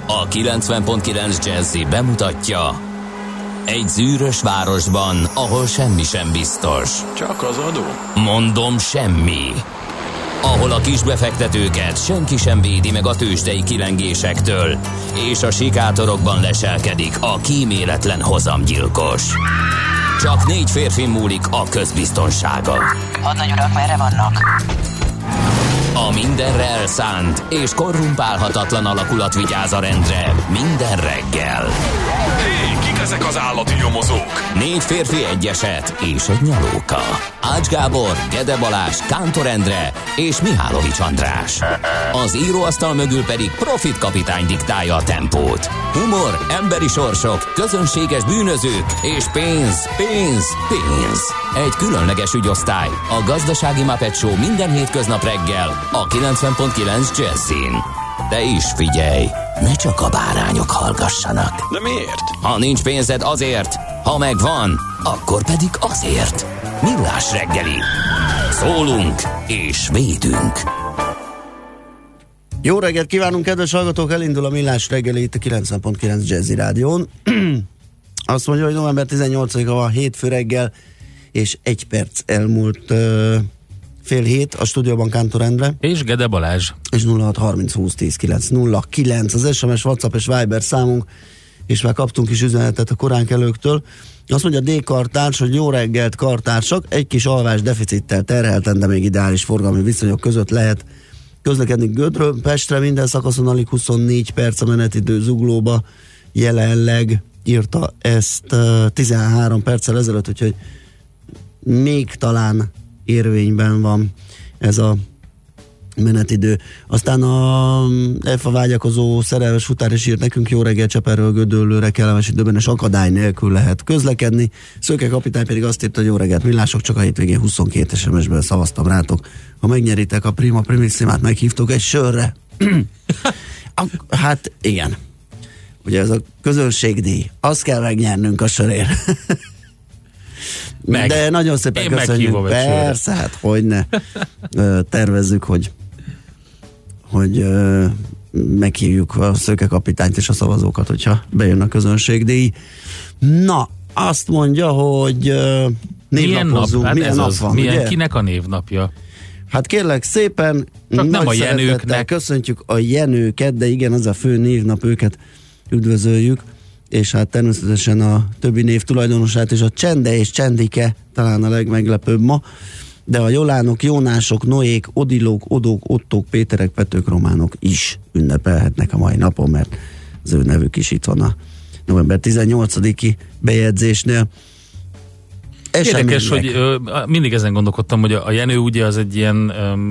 A 90.9 Jazzy bemutatja: egy zűrös városban, ahol semmi sem biztos. Csak az adó? Mondom, semmi. Ahol a kisbefektetőket senki sem védi meg a tőzsdei kilengésektől, és a sikátorokban leselkedik a kíméletlen hozamgyilkos. Csak 4 férfi múlik a közbiztonsága. Hadnagy urak, merre vannak? A mindenre elszánt és korrumpálhatatlan alakulat vigyáz a rendre minden reggel. Hé, kik ezek az állati nyomozók? 4 férfi, egy eset és egy nyalóka. Ács Gábor, Gede Balázs, Kántor Endre és Mihálovics András. Az íróasztal mögül pedig Profit kapitány diktálja a tempót. Humor, emberi sorsok, közönséges bűnözők és pénz, pénz, pénz. Egy különleges ügyosztály, a Gazdasági Muppet Show minden hétköznap reggel a 90.9 Jazzyn. De is figyelj, ne csak a bárányok hallgassanak. De miért? Ha nincs pénzed, azért, ha megvan, akkor pedig azért. Millás reggeli. Szólunk és védünk. Jó reggelt kívánunk, kedves hallgatók! Elindul a Millás reggeli itt a 90.9 Jazzy Rádión. Azt mondja, hogy november 18-a van, hétfő reggel, és 1 perc elmúlt fél hét, a stúdióban Kántor Endre. És Gede Balázs. És 0630 az SMS, WhatsApp és Viber számunk, és már kaptunk is üzenetet a koránkelőktől. Azt mondja D. kartárs, hogy jó reggelt kartársak, egy kis alvás deficittel terhelten, de még ideális forgalmi viszonyok között lehet közlekedni Gödről Pestre, minden szakaszon alig 24 perc a menetidő Zuglóba, jelenleg írta ezt 13 perccel ezelőtt, úgyhogy még talán érvényben van ez a menetidő. Aztán a EFA vágyakozó szerelmes futár is írt nekünk: jó reggel, Cseperről Gödöllőre kellemes időben és akadály nélkül lehet közlekedni. Szőke kapitány pedig azt írta, hogy jó reggelt millások, csak a hétvégén 22 SMS-ben szavaztam rátok. Ha megnyeritek a Prima Primissimát, meghívtok egy sörre. Hát igen. Ugye ez a közönségdíj. Azt kell megnyernünk a sörért. De nagyon szépen köszönjük. Persze, hát hogyne. Tervezzük, hogy meghívjuk a Szőke kapitányt és a szavazókat, hogyha bejön a közönségdíj. Na, azt mondja, hogy névnapozzunk. Hát milyen nap van, milyen, ugye? kinek a névnapja? Hát kérlek szépen, csak nem a Jenőknek. Köszöntjük a Jenőket, de igen, az a fő névnap, őket üdvözöljük, és hát természetesen a többi név tulajdonosát, és a Csende és Csendike talán a legmeglepőbb ma, de a Jolánok, Jónások, Noék, Odilók, Odók, Ottók, Péterek, Petők, Románok is ünnepelhetnek a mai napon, mert az ő nevük is itt van a november 18-i bejegyzésnél. Érdekes, hogy mindig ezen gondolkodtam, hogy a Jenő ugye az egy ilyen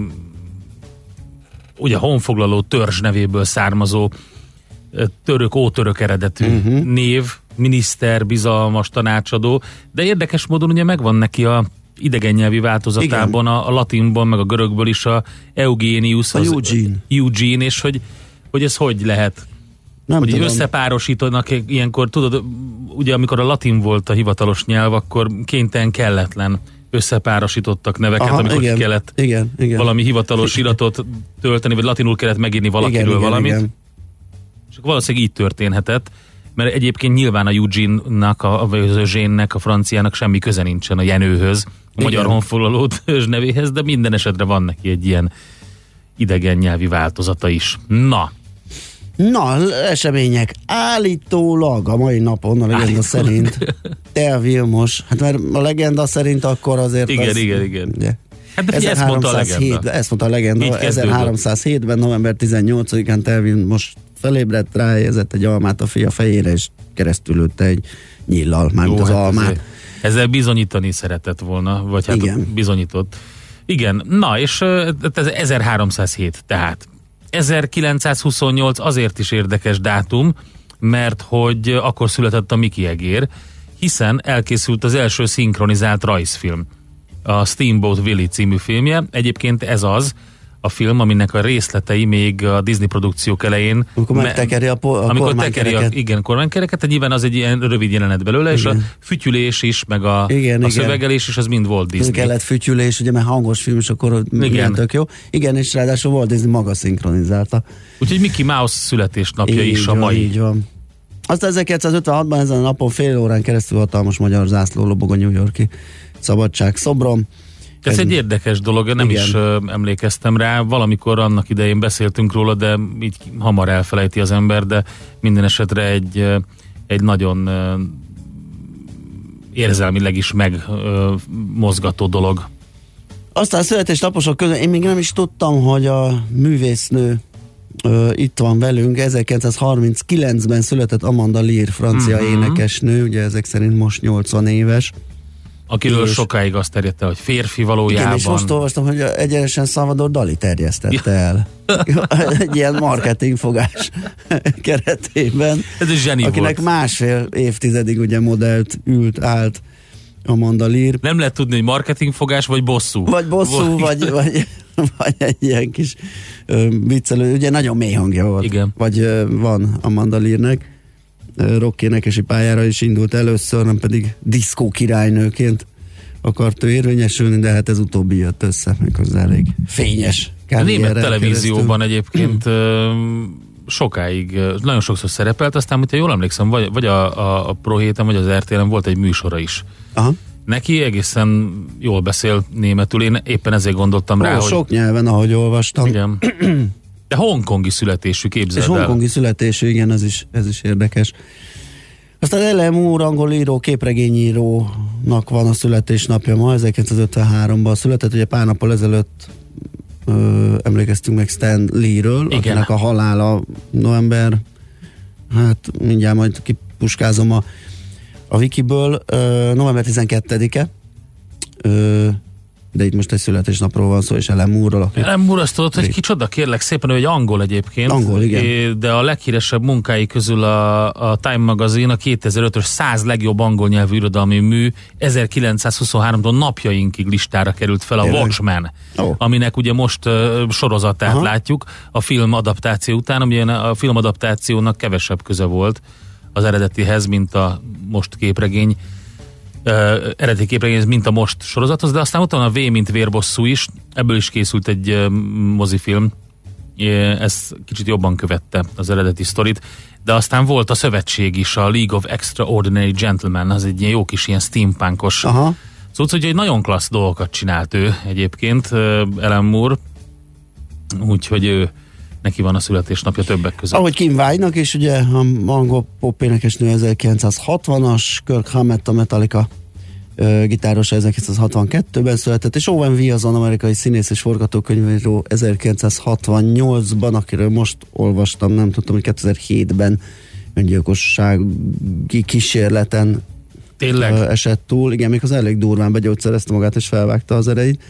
ugye honfoglaló törzs nevéből származó ótörök eredetű név, miniszter, bizalmas tanácsadó, de érdekes módon ugye megvan neki a idegen nyelvi változatában, a latinban, meg a görögből is a Eugenius, a Eugene, és hogy ez hogy lehet? Nem hogy tudom. Összepárosítanak ilyenkor, tudod, ugye amikor a latin volt a hivatalos nyelv, akkor kénytelen kelletlen összepárosítottak neveket, amikor igen, kellett igen. valami hivatalos iratot tölteni, vagy latinul kellett megírni valakiről valamit. Igen. És valószínűleg így történhetett, mert egyébként nyilván a Eugene-nak, vagy az Eugène-nek, a franciának semmi köze nincsen a Jenőhöz, a magyar honfoglaló törzs nevéhez, de minden esetre van neki egy ilyen idegen nyelvi változata is. Na, események. Állítólag a mai napon a legenda szerint Tel Vilmos, hát mert a legenda szerint akkor azért igen. Ugye, hát de ezt mondta a legenda. Ezt mondta a legenda. 1307-ben, november 18-án Tel Vilmos felébredt, ráhelyezett egy almát a fia fejére, és keresztül lőtte egy nyíllal, mármint az almát. Ezzel bizonyítani szeretett volna, vagy hát igen. Bizonyított. Igen, na és ez 1307 tehát. 1928 azért is érdekes dátum, mert hogy akkor született a Mickey egér, hiszen elkészült az első szinkronizált rajzfilm, a Steamboat Willie című filmje. Egyébként ez az, a film, aminek a részletei még a Disney produkciók elején. Amikor megtekeri a kormánykereket. Igen, kormánykereket, nyilván az egy ilyen rövid jelenet belőle, igen. És a fütyülés is, meg a szövegelés is, az mind Walt Disney. Kellett fütyülés, ugye, mert hangos film, és akkor igen, tök jó. Igen, és ráadásul Walt Disney maga szinkronizálta. Úgyhogy Mickey Mouse születésnapja is a mai. Így van. Aztán 1956-ban ezen a napon fél órán keresztül hatalmas magyar zászló lobog a New York-i Szabadság szobron. Ez egy érdekes dolog, nem is emlékeztem rá, valamikor annak idején beszéltünk róla, de így hamar elfelejti az ember, de minden esetre egy nagyon érzelmileg is megmozgató dolog. Aztán a születésnaposok közül én még nem is tudtam, hogy a művésznő itt van velünk. 1939-ben született Amanda Lear, francia énekesnő, ugye ezek szerint most 80 éves. Akiről sokáig azt terjedte, hogy férfi valójában. Igen, és most olvastam, hogy egyenesen Salvador Dali terjesztette el. Egy ilyen marketingfogás keretében. Ez egy zseni akinek volt. Másfél évtizedig ugye modellt állt Amanda Lear. Nem lehet tudni, hogy marketingfogás, vagy bosszú. Vagy bosszú, vagy egy ilyen kis viccelő, ugye nagyon mély hangja volt. Igen. Vagy van Amanda Learnek. Rock-énekesi pályára is indult először, nem pedig diszkó királynőként akart ő érvényesülni, de hát ez utóbbi jött össze, méghozzá elég fényes. A német televízióban egyébként sokáig, nagyon sokszor szerepelt, aztán, hogyha jól emlékszem, vagy a Pro Héten, vagy az RTL-en volt egy műsora is. Aha. Neki egészen jól beszél németül, én éppen ezért gondoltam rá, hogy... Sok nyelven, ahogy olvastam. Igen. De hongkongi születésű, képzeld el. És hongkongi születésű, igen, ez is érdekes. Aztán L.M. Moore, angol író, képregényírónak van a születésnapja ma, 1953-ban született, ugye pár nappal ezelőtt emlékeztünk meg Stan Lee-ről, akinek a halála november, hát mindjárt majd kipuskázom a wikiből, november 12-e, de itt most egy születésnapról van szó, és L.M. Moore-ról. L.M. Moore, azt tudod, hogy kicsoda, kérlek szépen, ő egy angol egyébként. Angol, igen. De a leghíresebb munkái közül a Time magazin a 2005-ös 100 legjobb angol nyelvű irodalmi mű 1923-tól napjainkig listára került fel a Watchmen, aminek ugye most sorozatát látjuk a filmadaptáció után, amilyen a filmadaptációnak kevesebb köze volt az eredetihez, mint a most képregény. Eredeti képregény, mint a most sorozathoz, de aztán ott van a V, mint vérbosszú is, ebből is készült egy mozifilm, ez kicsit jobban követte az eredeti sztorit, de aztán volt a szövetség is, a League of Extraordinary Gentlemen, az egy ilyen jó kis ilyen steampunkos. Szóval, hogy nagyon klassz dolgokat csinált ő egyébként, L.M. Moore, úgyhogy neki van a születésnapja többek között. Ahogy Kim Wilde-nak is, ugye a angol pop énekesnő 1960-as, Kirk Hammett a Metallica gitárosa 1962-ben született, és Owen Wilson, amerikai színész és forgatókönyvíró 1968-ban, akiről most olvastam, nem tudtam, hogy 2007-ben öngyilkossági kísérleten esett túl. Igen, még az elég durván begyógyszerezte magát, és felvágta az erejét.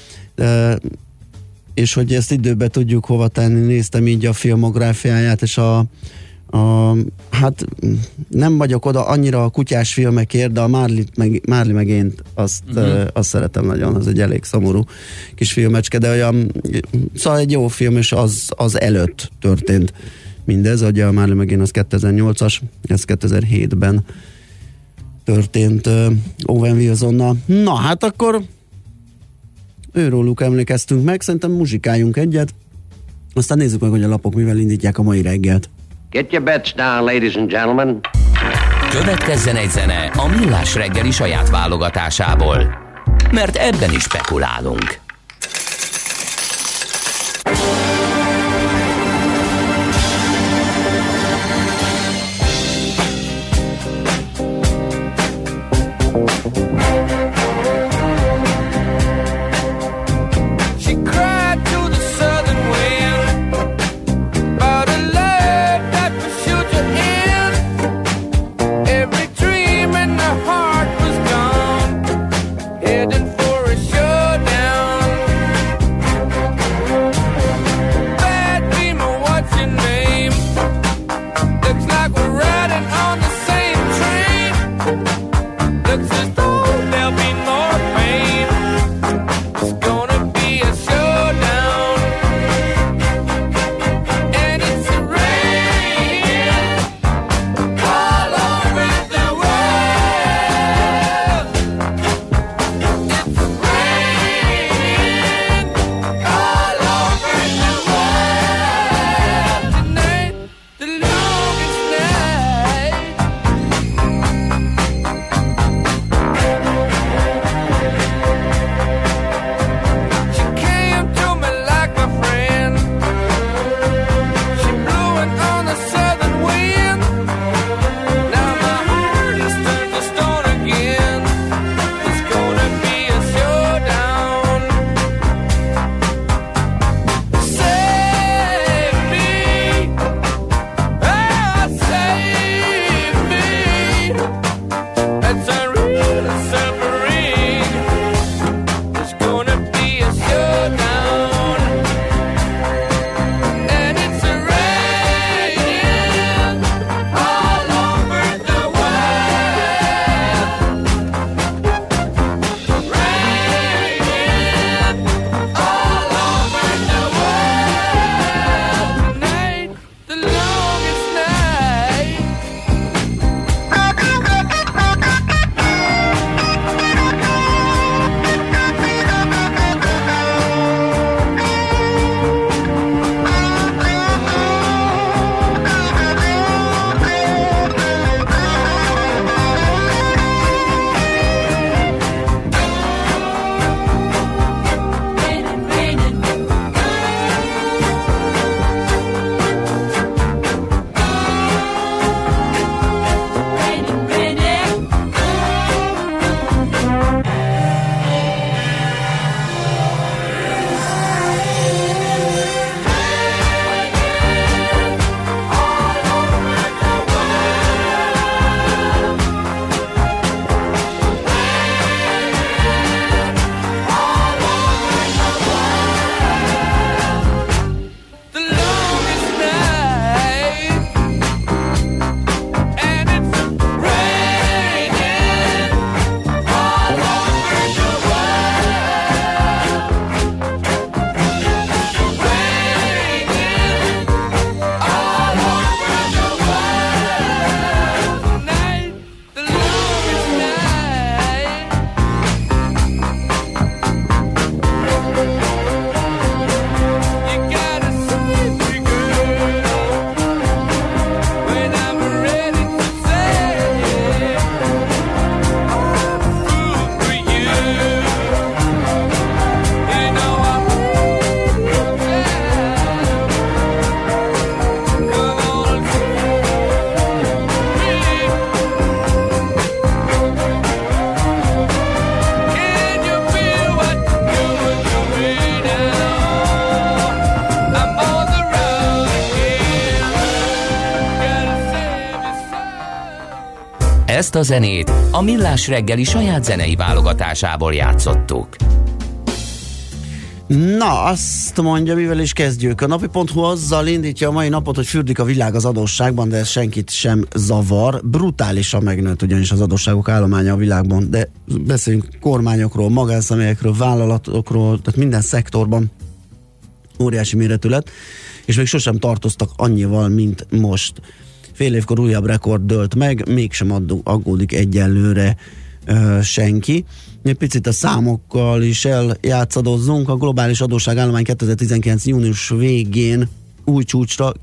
És hogy ezt időben tudjuk hova tenni, néztem így a filmográfiáját, és hát nem vagyok oda annyira a kutyás filmekért, de a Marley meg én azt szeretem nagyon, az egy elég szomorú kis filmecske, de olyan, szóval egy jó film, és az előtt történt mindez, ugye a Marley meg én az 2008-as, ez 2007-ben történt Owen Wilsonnal. Na, hát akkor őróluk emlékeztünk meg, szerintem muzsikáljunk egyet, aztán nézzük meg, hogy a lapok mivel indítják a mai reggelt. Get your bets down, ladies and gentlemen. Következzen egy zene a Millás reggeli saját válogatásából, mert ebben is spekulálunk. Heading for a showdown. Ezt a zenét a Millás reggeli saját zenei válogatásából játszottuk. Na, azt mondja, mivel is kezdjük. A napi.hu azzal indítja a mai napot, hogy fürdik a világ az adósságban, de ez senkit sem zavar. Brutálisan megnőtt ugyanis az adósságok állománya a világban, de beszéljünk kormányokról, magánszemélyekről, vállalatokról, tehát minden szektorban óriási méretű lett, és még sosem tartoztak annyival, mint most. Fél évkor újabb rekord dőlt meg, mégsem aggódik egyelőre senki. Egy picit a számokkal is eljátszadozzunk. A globális adósságállomány 2019. június végén új csúcsra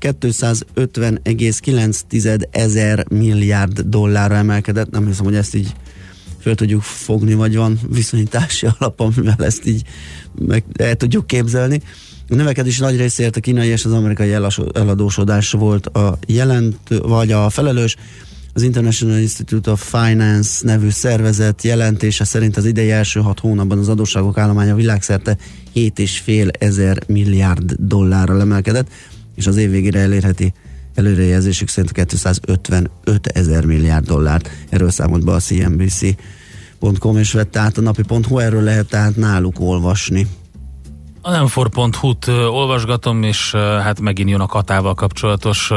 250,9 ezer milliárd dollárra emelkedett. Nem hiszem, hogy ezt így föl tudjuk fogni, vagy van viszonyítási alap, amivel ezt így el tudjuk képzelni. A növekedés nagy részért a kínai és az amerikai eladósodás volt vagy a felelős. Az International Institute of Finance nevű szervezet jelentése szerint az idei első 6 hónapban az adósságok állománya világszerte 7,5 ezer milliárd dollárra emelkedett, és az év végére elérheti előrejelzésük szerint 255 ezer milliárd dollárt. Erről számolt be a CNBC.com, és vette át a napi.hu, erről lehet tehát náluk olvasni. A nemfor.hu-t olvasgatom, és hát megint jön a Katával kapcsolatos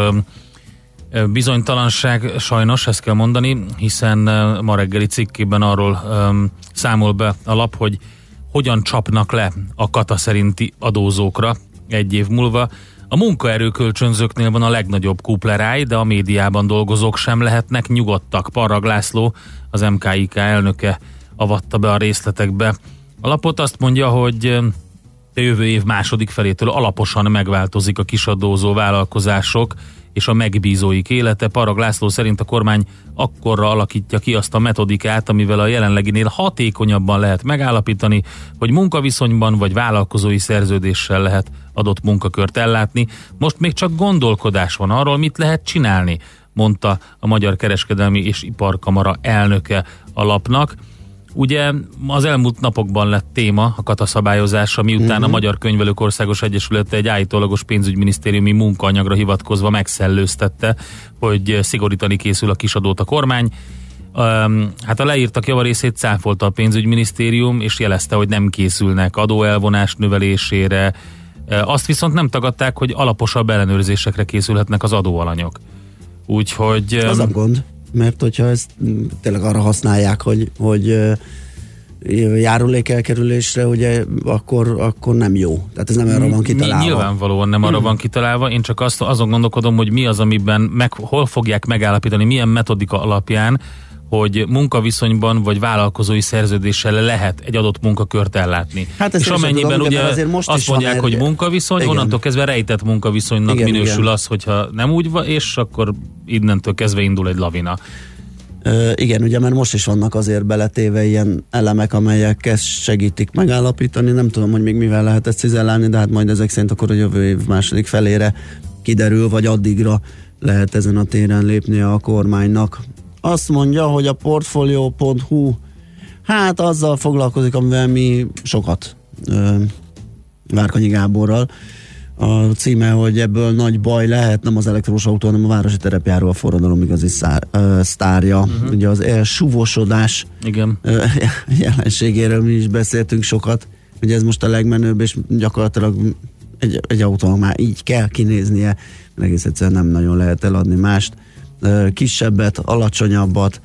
bizonytalanság, sajnos ezt kell mondani, hiszen ma reggeli cikkében arról számol be a lap, hogy hogyan csapnak le a Kata szerinti adózókra egy év múlva. A munkaerőkölcsönzőknél van a legnagyobb kupleráj, de a médiában dolgozók sem lehetnek nyugodtak. Parrag László, az MKIK elnöke avatta be a részletekbe. A lapot azt mondja, hogy jövő év második felétől alaposan megváltozik a kisadózó vállalkozások és a megbízóik élete. Parrag László szerint a kormány akkorra alakítja ki azt a metodikát, amivel a jelenleginél hatékonyabban lehet megállapítani, hogy munkaviszonyban vagy vállalkozói szerződéssel lehet adott munkakört ellátni. Most még csak gondolkodás van arról, mit lehet csinálni, mondta a Magyar Kereskedelmi és Iparkamara elnöke a lapnak. Ugye az elmúlt napokban lett téma a Kata szabályozása, miután a Magyar Könyvelők Országos Egyesülete egy állítólagos pénzügyminisztériumi munkaanyagra hivatkozva megszellőztette, hogy szigorítani készül a kisadót a kormány. Hát a leírtak javarészét cáfolta a pénzügyminisztérium, és jelezte, hogy nem készülnek adóelvonás növelésére. Azt viszont nem tagadták, hogy alaposabb ellenőrzésekre készülhetnek az adóalanyok. Úgyhogy... Az a gond. Mert hogyha ezt tényleg arra használják, hogy járulékelkerülésre, ugye, akkor nem jó. Tehát ez nem arra van kitalálva. Nyilvánvalóan nem arra van kitalálva, én csak azon gondolkodom, hogy mi az, amiben hol fogják megállapítani, milyen metodika alapján, hogy munkaviszonyban vagy vállalkozói szerződéssel lehet egy adott munkakört ellátni. Hát és amennyiben ugye azt mondják, hogy munkaviszony, igen, onnantól kezdve rejtett munkaviszonynak minősül az, hogyha nem úgy van, és akkor innentől kezdve indul egy lavina. Igen, ugye, mert most is vannak azért beletéve ilyen elemek, amelyek ezt segítik megállapítani. Nem tudom, hogy még mivel lehet ezt cizellálni, de hát majd ezek szerint akkor a jövő év második felére kiderül, vagy addigra lehet ezen a téren lépnie a kormánynak. Azt mondja, hogy a Portfolio.hu hát azzal foglalkozik, amivel mi sokat Várkonyi Gáborral. A címe, hogy ebből nagy baj lehet, nem az elektromos autó, hanem a városi terepjáró a forradalom igazi sztárja. Ugye az elsúvosodás jelenségéről mi is beszéltünk sokat, hogy ez most a legmenőbb, és gyakorlatilag egy autónak már így kell kinéznie, egész egyszerűen nem nagyon lehet eladni mást. Kisebbet, alacsonyabbat,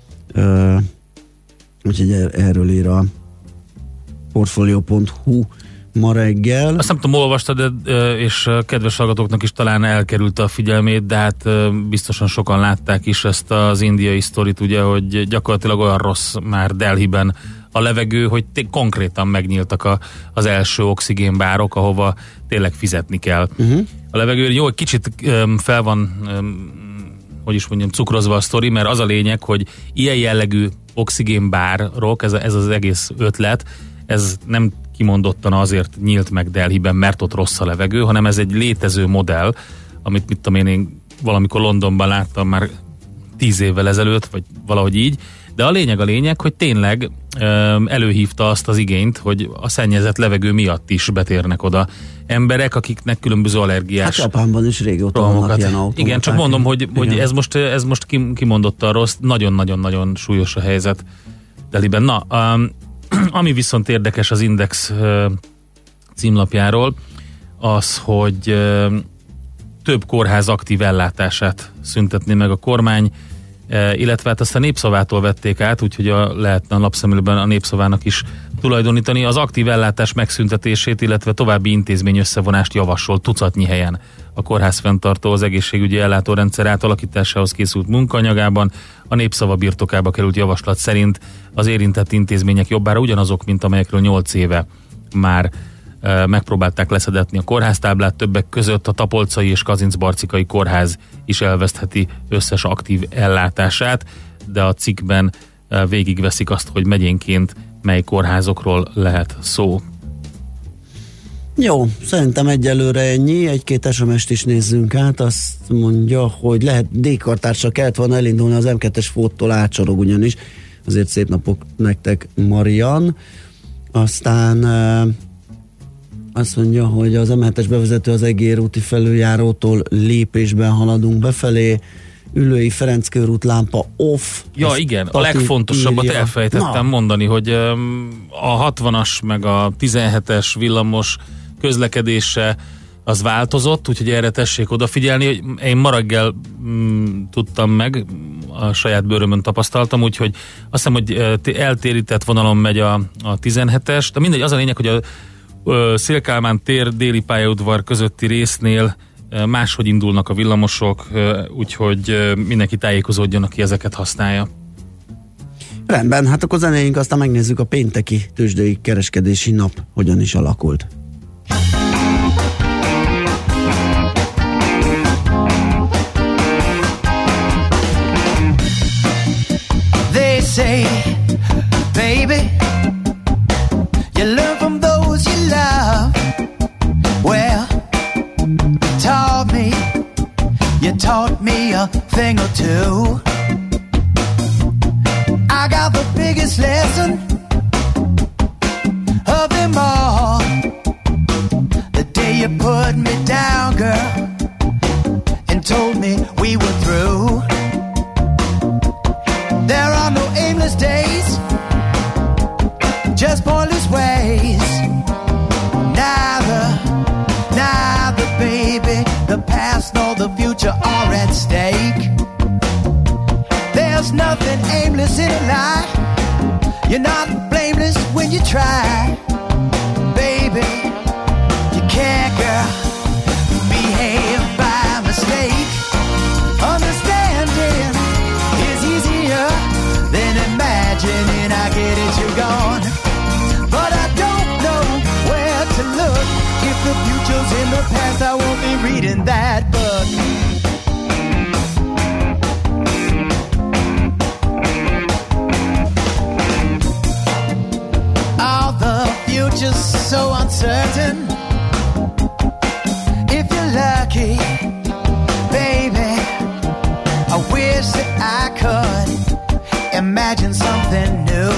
úgyhogy erről ír a Portfolio.hu ma reggel. Azt nem tudom, olvastad, és kedves hallgatóknak is talán elkerülte a figyelmét, de hát biztosan sokan látták is ezt az indiai sztorit, ugye, hogy gyakorlatilag olyan rossz már Delhiben a levegő, hogy konkrétan megnyíltak az első oxigénbárok, ahova tényleg fizetni kell. A levegő jó, kicsit fel van hogy is mondjam, cukrozva a sztori, mert az a lényeg, hogy ilyen jellegű oxigénbárok, ez az egész ötlet, ez nem kimondottan azért nyílt meg Delhiben, mert ott rossz a levegő, hanem ez egy létező modell, amit mit tudom én valamikor Londonban láttam már 10 évvel ezelőtt, vagy valahogy így, de a lényeg, hogy tényleg előhívta azt az igényt, hogy a szennyezett levegő miatt is betérnek oda emberek, akiknek különböző allergiás... Hát Japánban is régóta vannak ilyen automaták. Igen, csak mondom, hogy ez most kimondottan rossz, nagyon-nagyon-nagyon súlyos a helyzet Deliben. Na, ami viszont érdekes az Index címlapjáról, az, hogy több kórház aktív ellátását szüntetné meg a kormány, illetve hát azt a Népszavától vették át, úgyhogy lehetne a lapszemlőben a Népszavának is tulajdonítani. Az aktív ellátás megszüntetését, illetve további intézmény összevonást javasol tucatnyi helyen. A kórház fenntartó az egészségügyi ellátórendszer átalakításához készült munkaanyagában a Népszava birtokába került javaslat szerint az érintett intézmények jobbára ugyanazok, mint amelyekről 8 éve már megpróbálták leszedetni a kórháztáblát, többek között a Tapolcai és Kazincbarcikai kórház is elvesztheti összes aktív ellátását, de a cikkben végigveszik azt, hogy megyénként mely kórházokról lehet szó. Jó, szerintem egyelőre ennyi, egy-két SMS-t is nézzünk át, azt mondja, hogy lehet D-kartársra kellett volna elindulni az M2-es Fóttól Ácsorog ugyanis, azért szép napok nektek, Marian. Aztán azt mondja, hogy az M7-es bevezető az Egér úti felüljárótól lépésben haladunk befelé, Üllői Ferenc körút lámpa off. Ja, igen, a legfontosabbat írja. Elfelejtettem mondani, hogy a 60-as meg a 17-es villamos közlekedése az változott, úgyhogy erre tessék odafigyelni. Én ma reggel tudtam meg, a saját bőrömön tapasztaltam, úgyhogy azt hiszem, hogy eltérített vonalon megy a 17-es, de mindegy, az a lényeg, hogy a Széll-Kálmán tér, Déli pályaudvar közötti résznél máshogy indulnak a villamosok, úgyhogy mindenki tájékozódjon, aki ezeket használja. Rendben, hát akkor zenéljünk, aztán megnézzük a pénteki tőzsdei kereskedési nap hogyan is alakult. They say, baby, you learn from those you love. Well, you taught me a thing or two. I got the biggest lesson of them all. The day you put me down, girl, and told me we were through. There are no aimless days, just pointless ways. Neither, baby, the past nor the future are at stake. There's nothing aimless in life. You're not blameless when you try. Baby, you can't, girl, behave by mistake. Understanding is easier than imagining. I get it, you're gone, but I don't know where to look. If the future's in the past, I won't be reading that book. Oh, the future's so uncertain. If you're lucky, baby, I wish that I could imagine something new.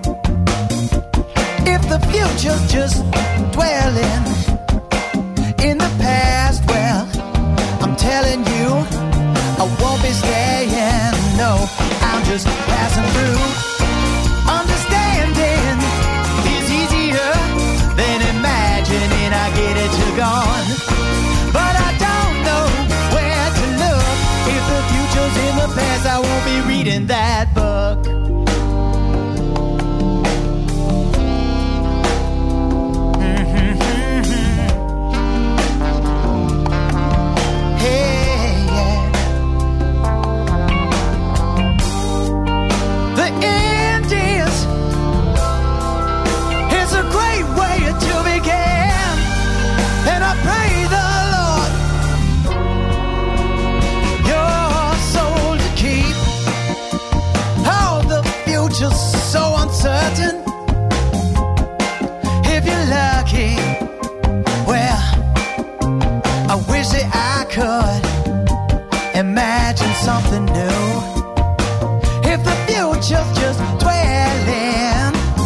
If the future's just dwelling in the past, well, I'm telling you, I won't be staying. No, I'm just passing through. Understanding is easier than imagining. I get it, you're gone, but I don't know where to look. If the future's in the past, I won't be reading that book. So uncertain. If you're lucky, well, I wish that I could imagine something new. If the future's just dwelling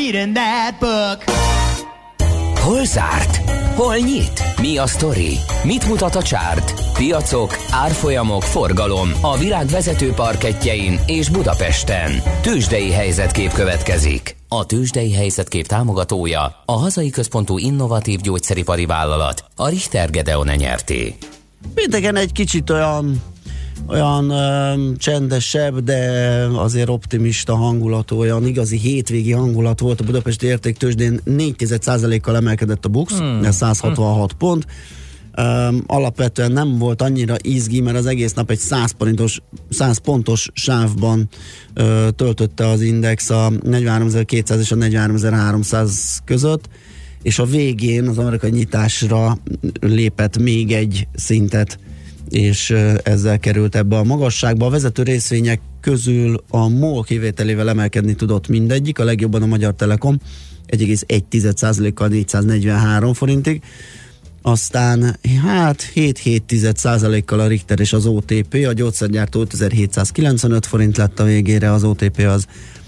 reading that book. Hol zárt? Hol nyit? Mi a sztori? Mit mutat a csárt? Piacok, árfolyamok, forgalom a világ vezető parkettjein és Budapesten. Tőzsdei helyzetkép következik. A Tőzsdei helyzetkép támogatója a hazai központú innovatív gyógyszeripari vállalat, a Richter Gedeon Nyrt. Pénteken egy kicsit olyan csendesebb, de azért optimista hangulatú, olyan igazi hétvégi hangulat volt a budapesti értéktőzsdén. 4,1%-kal emelkedett a BUX, 166 pont. Alapvetően nem volt annyira izgi, mert az egész nap egy 100 pontos sávban töltötte az index a 43.200 és a 43.300 között, és a végén az amerikai nyitásra lépett még egy szintet, és ezzel került ebbe a magasságba. A vezető részvények közül a MOL kivételével emelkedni tudott mindegyik, a legjobban a Magyar Telekom 1,1%-kal 443 forintig, aztán 7,7%-kal a Richter és az OTP, a gyógyszergyártó 5795 forint lett a végére, az OTP az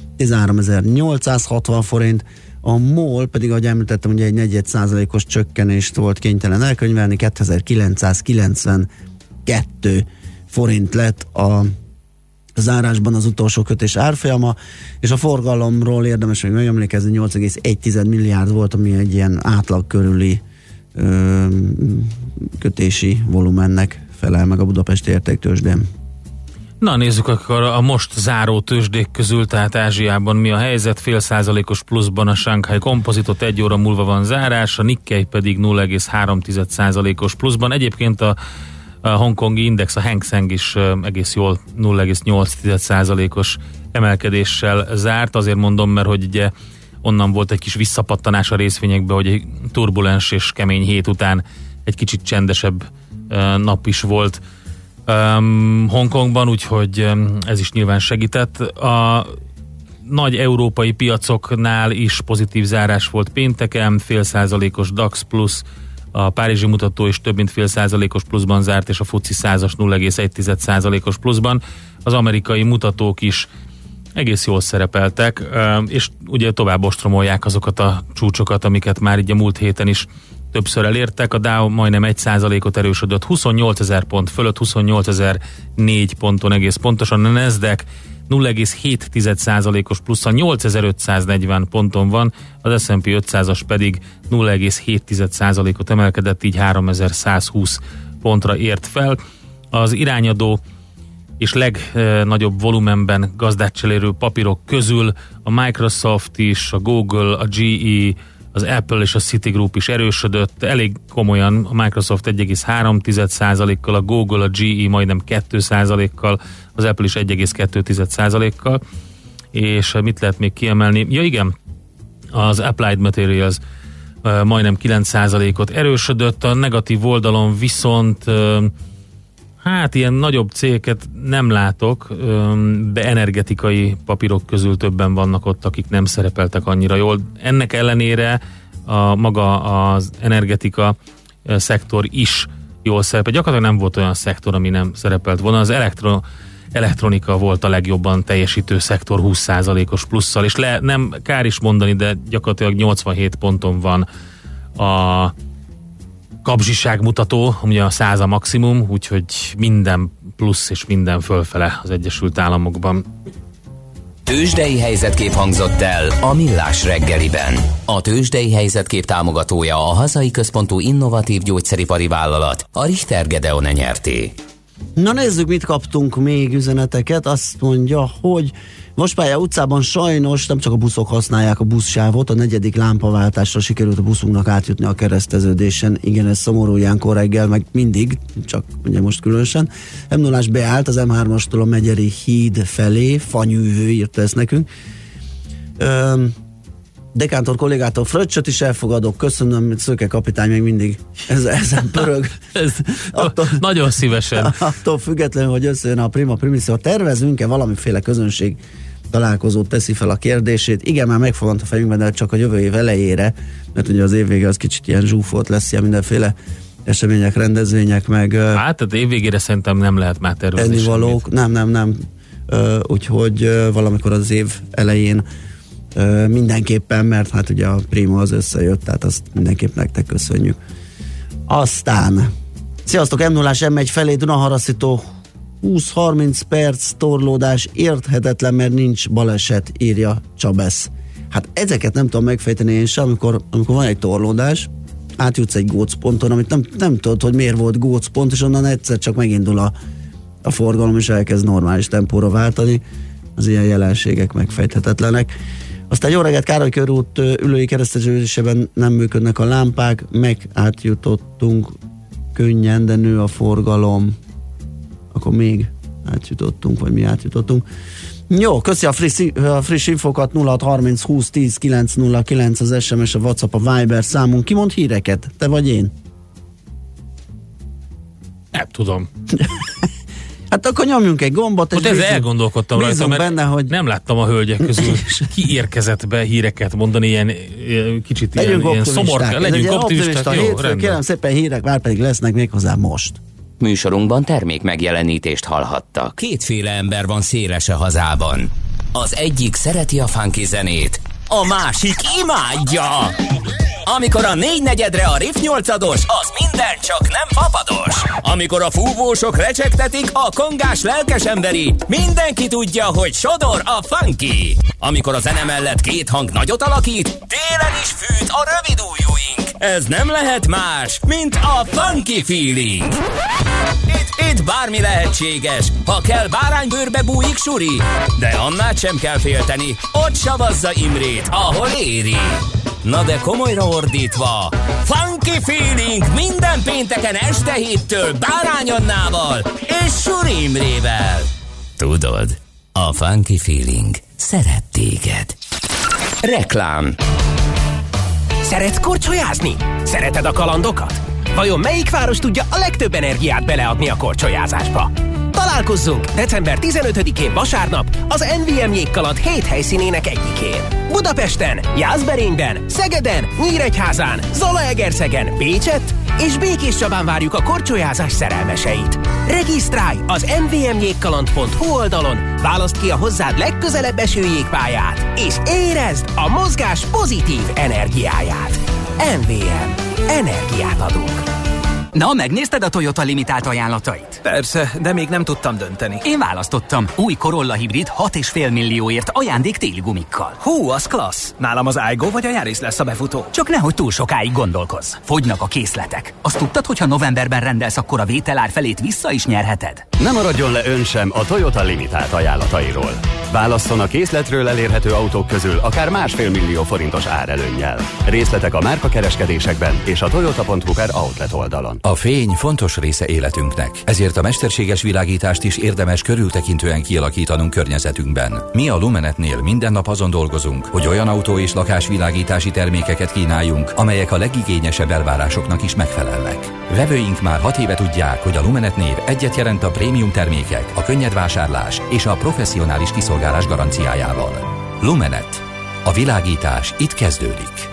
13.860 forint, a MOL pedig, ahogy említettem, ugye egy 4%-os csökkenést volt kénytelen elkönyvelni, 2992 forint lett a zárásban az utolsó kötés árfolyama, és a forgalomról érdemes még megemlékezni, 8,1 milliárd volt, ami egy ilyen átlag körüli kötési volumennek felel meg a budapesti értéktőzsdén. Na nézzük akkor a most záró tőzsdék közül, tehát Ázsiában mi a helyzet, 0,5%-os pluszban a Shanghai Compositot, 1 óra múlva van zárás, a Nikkei pedig 0,3%-os pluszban. Egyébként a hongkongi index, a Hang Seng is egész jól 0,8%-os emelkedéssel zárt. Azért mondom, mert hogy ugye onnan volt egy kis visszapattanás a részvényekbe, hogy egy turbulens és kemény hét után egy kicsit csendesebb nap is volt Hongkongban, úgyhogy ez is nyilván segített. A nagy európai piacoknál is pozitív zárás volt pénteken, 0,5%-os DAX plusz, a párizsi mutató is több mint 0,5%-os pluszban zárt, és a FTSE 100-as 0,1%-os pluszban. Az amerikai mutatók is egész jól szerepeltek, és ugye tovább ostromolják azokat a csúcsokat, amiket már így a múlt héten is többször elértek. A Dow majdnem 1%-ot erősödött, 28.000 pont fölött, 28.004 ponton egész pontosan. A Nasdaq 0,7%-os plusszal 8.540 ponton van, az S&P 500-as pedig 0,7%-ot emelkedett, így 3.120 pontra ért fel. Az irányadó és legnagyobb volumenben gazdát cserélő papírok közül a Microsoft is, a Google, a GE, az Apple és a Citigroup is erősödött, elég komolyan, a Microsoft 1,3%-kal, a Google, a GE majdnem 2%-kal, az Apple is 1,2%-kal, és mit lehet még kiemelni? Ja igen, az Applied Materials majdnem 9%-ot erősödött, a negatív oldalon viszont hát ilyen nagyobb cégeket nem látok, de energetikai papírok közül többen vannak ott, akik nem szerepeltek annyira jól. Ennek ellenére maga az energetika szektor is jól szerepel. Gyakorlatilag nem volt olyan szektor, ami nem szerepelt volna. Az elektronika volt a legjobban teljesítő szektor 20%-os plusszal, és nem kár is mondani, de gyakorlatilag 87 ponton van a kapzsiság mutató, ugye a 100 a maximum, úgyhogy minden plusz és minden fölfele az Egyesült Államokban. Tőzsdei helyzetkép hangzott el a Millás reggeliben. A Tőzsdei helyzetkép támogatója a hazai központú innovatív gyógyszeripari vállalat, a Richter Gedeon Nyrt. Na nézzük, mit kaptunk még üzeneteket. Azt mondja, hogy Vaspálya utcában sajnos nem csak a buszok használják a buszsávot, a 4. lámpaváltásra sikerült a buszunknak átjutni a kereszteződésen. Igen, ez szomorú ilyenkor reggel, meg mindig, csak ugye most különösen. M0-ás beállt az M3-astól a Megyeri híd felé, Fanyűvő írta ezt nekünk. Dekántor kollégától fröccsöt is elfogadok, köszönöm, Szőke kapitány még mindig ezen pörög. Nagyon szívesen. Attól függetlenül, hogy összejön a Prima Primissima, tervezünk-e valamiféle közönség találkozót, teszi fel a kérdését. Igen, már megfogant a fejünkben, de csak a jövő év elejére, mert ugye az év vége az kicsit ilyen zsúfolt lesz, ilyen mindenféle események, rendezvények, meg... Hát, tehát év végére szerintem nem lehet már tervezni ennivalók, nem. Úgyhogy valamikor az év elején mindenképpen, mert hát ugye a Prima az összejött, tehát azt mindenképp nektek köszönjük. Aztán sziasztok, M0-ás M1 felé Dunaharasztó 20-30 perc torlódás, érthetetlen, mert nincs baleset, írja Csabesz. Hát ezeket nem tudom megfejteni én sem, amikor van egy torlódás, átjutsz egy gócponton, amit nem tudod, hogy miért volt gócpont, és onnan egyszer csak megindul a forgalom, és elkezd normális tempóra váltani. Az ilyen jelenségek megfejthetetlenek. Aztán jó reggelt, Károly körút ülői kereszteződésében nem működnek a lámpák, meg átjutottunk könnyen, de nő a forgalom. Akkor még átjutottunk, vagy mi átjutottunk. Jó, köszi a friss infokat. 0630 20 10 909 az SMS, a WhatsApp, a Viber számunk. Ki mond híreket? Te vagy én? Nem tudom. Hát akkor nyomjunk egy gombot, és ezzel elgondolkodtam rajta, mert benne, hogy nem láttam a hölgyek közül, ki érkezett be híreket mondani, ilyen kicsit ilyen szomorka, legyünk optimisták. Jó, rendben. Kérem szépen, hírek már pedig lesznek méghozzá most. Műsorunkban termék megjelenítést hallhattak. Kétféle ember van széles a hazában. Az egyik szereti a funky zenét, a másik imádja. Amikor a 4/4-re a Riff 8-ados, az minden csak nem fapados. Amikor a fúvósok recsegtetik, a kongás lelkes emberi, mindenki tudja, hogy sodor a funky. Amikor a zene mellett két hang nagyot alakít, télen is fűt a rövid ujjúink. Ez nem lehet más, mint a funky feeling. Itt bármi lehetséges, ha kell báránybőrbe bújik suri, de annál sem kell félteni, ott savazza Imrét, ahol éri. Na de komolyra ordítva, funky feeling minden pénteken este 7-től Bárány Annával és Suri Imrével. Tudod, a funky feeling szeret téged. Reklám. Szeretsz korcsolyázni? Szereted a kalandokat? Vajon melyik város tudja a legtöbb energiát beleadni a korcsolyázásba? Találkozzunk december 15-én vasárnap az NVM jégkaland 7 helyszínének egyikén. Budapesten, Jászberényben, Szegeden, Nyíregyházán, Zalaegerszegen, Pécsett és Békéscsabán várjuk a korcsolyázás szerelmeseit. Regisztrálj az nvmjégkaland.hu oldalon, válaszd ki a hozzád legközelebb eső jégpályát, és érezd a mozgás pozitív energiáját. NVM. Energiát adunk. Na, megnézted a Toyota limitált ajánlatait? Persze, de még nem tudtam dönteni. Én választottam. Új Corolla hibrid 6,5 millióért ajándék téli gumikkal. Hú, az klassz! Nálam az Aygo vagy a Yaris lesz a befutó. Csak nehogy túl sokáig gondolkozz. Fogynak a készletek. Azt tudtad, hogy ha novemberben rendelsz, akkor a vételár felét vissza is nyerheted? Ne maradjon le ön sem a Toyota limitált ajánlatairól. Válasszon a készletről elérhető autók közül akár 1,5 millió forintos árelőnnyel. Részletek a márkakereskedésekben és a toyota.hu/outlet oldalon. A fény fontos része életünknek, ezért a mesterséges világítást is érdemes körültekintően kialakítanunk környezetünkben. Mi a Lumenetnél minden nap azon dolgozunk, hogy olyan autó- és lakásvilágítási termékeket kínáljunk, amelyek a legigényesebb elvárásoknak is megfelelnek. Vevőink már 6 éve tudják, hogy a Lumenet név egyet jelent a prémium termékek, a könnyed vásárlás és a professzionális kiszolgálás garanciájával. Lumenet. A világítás itt kezdődik.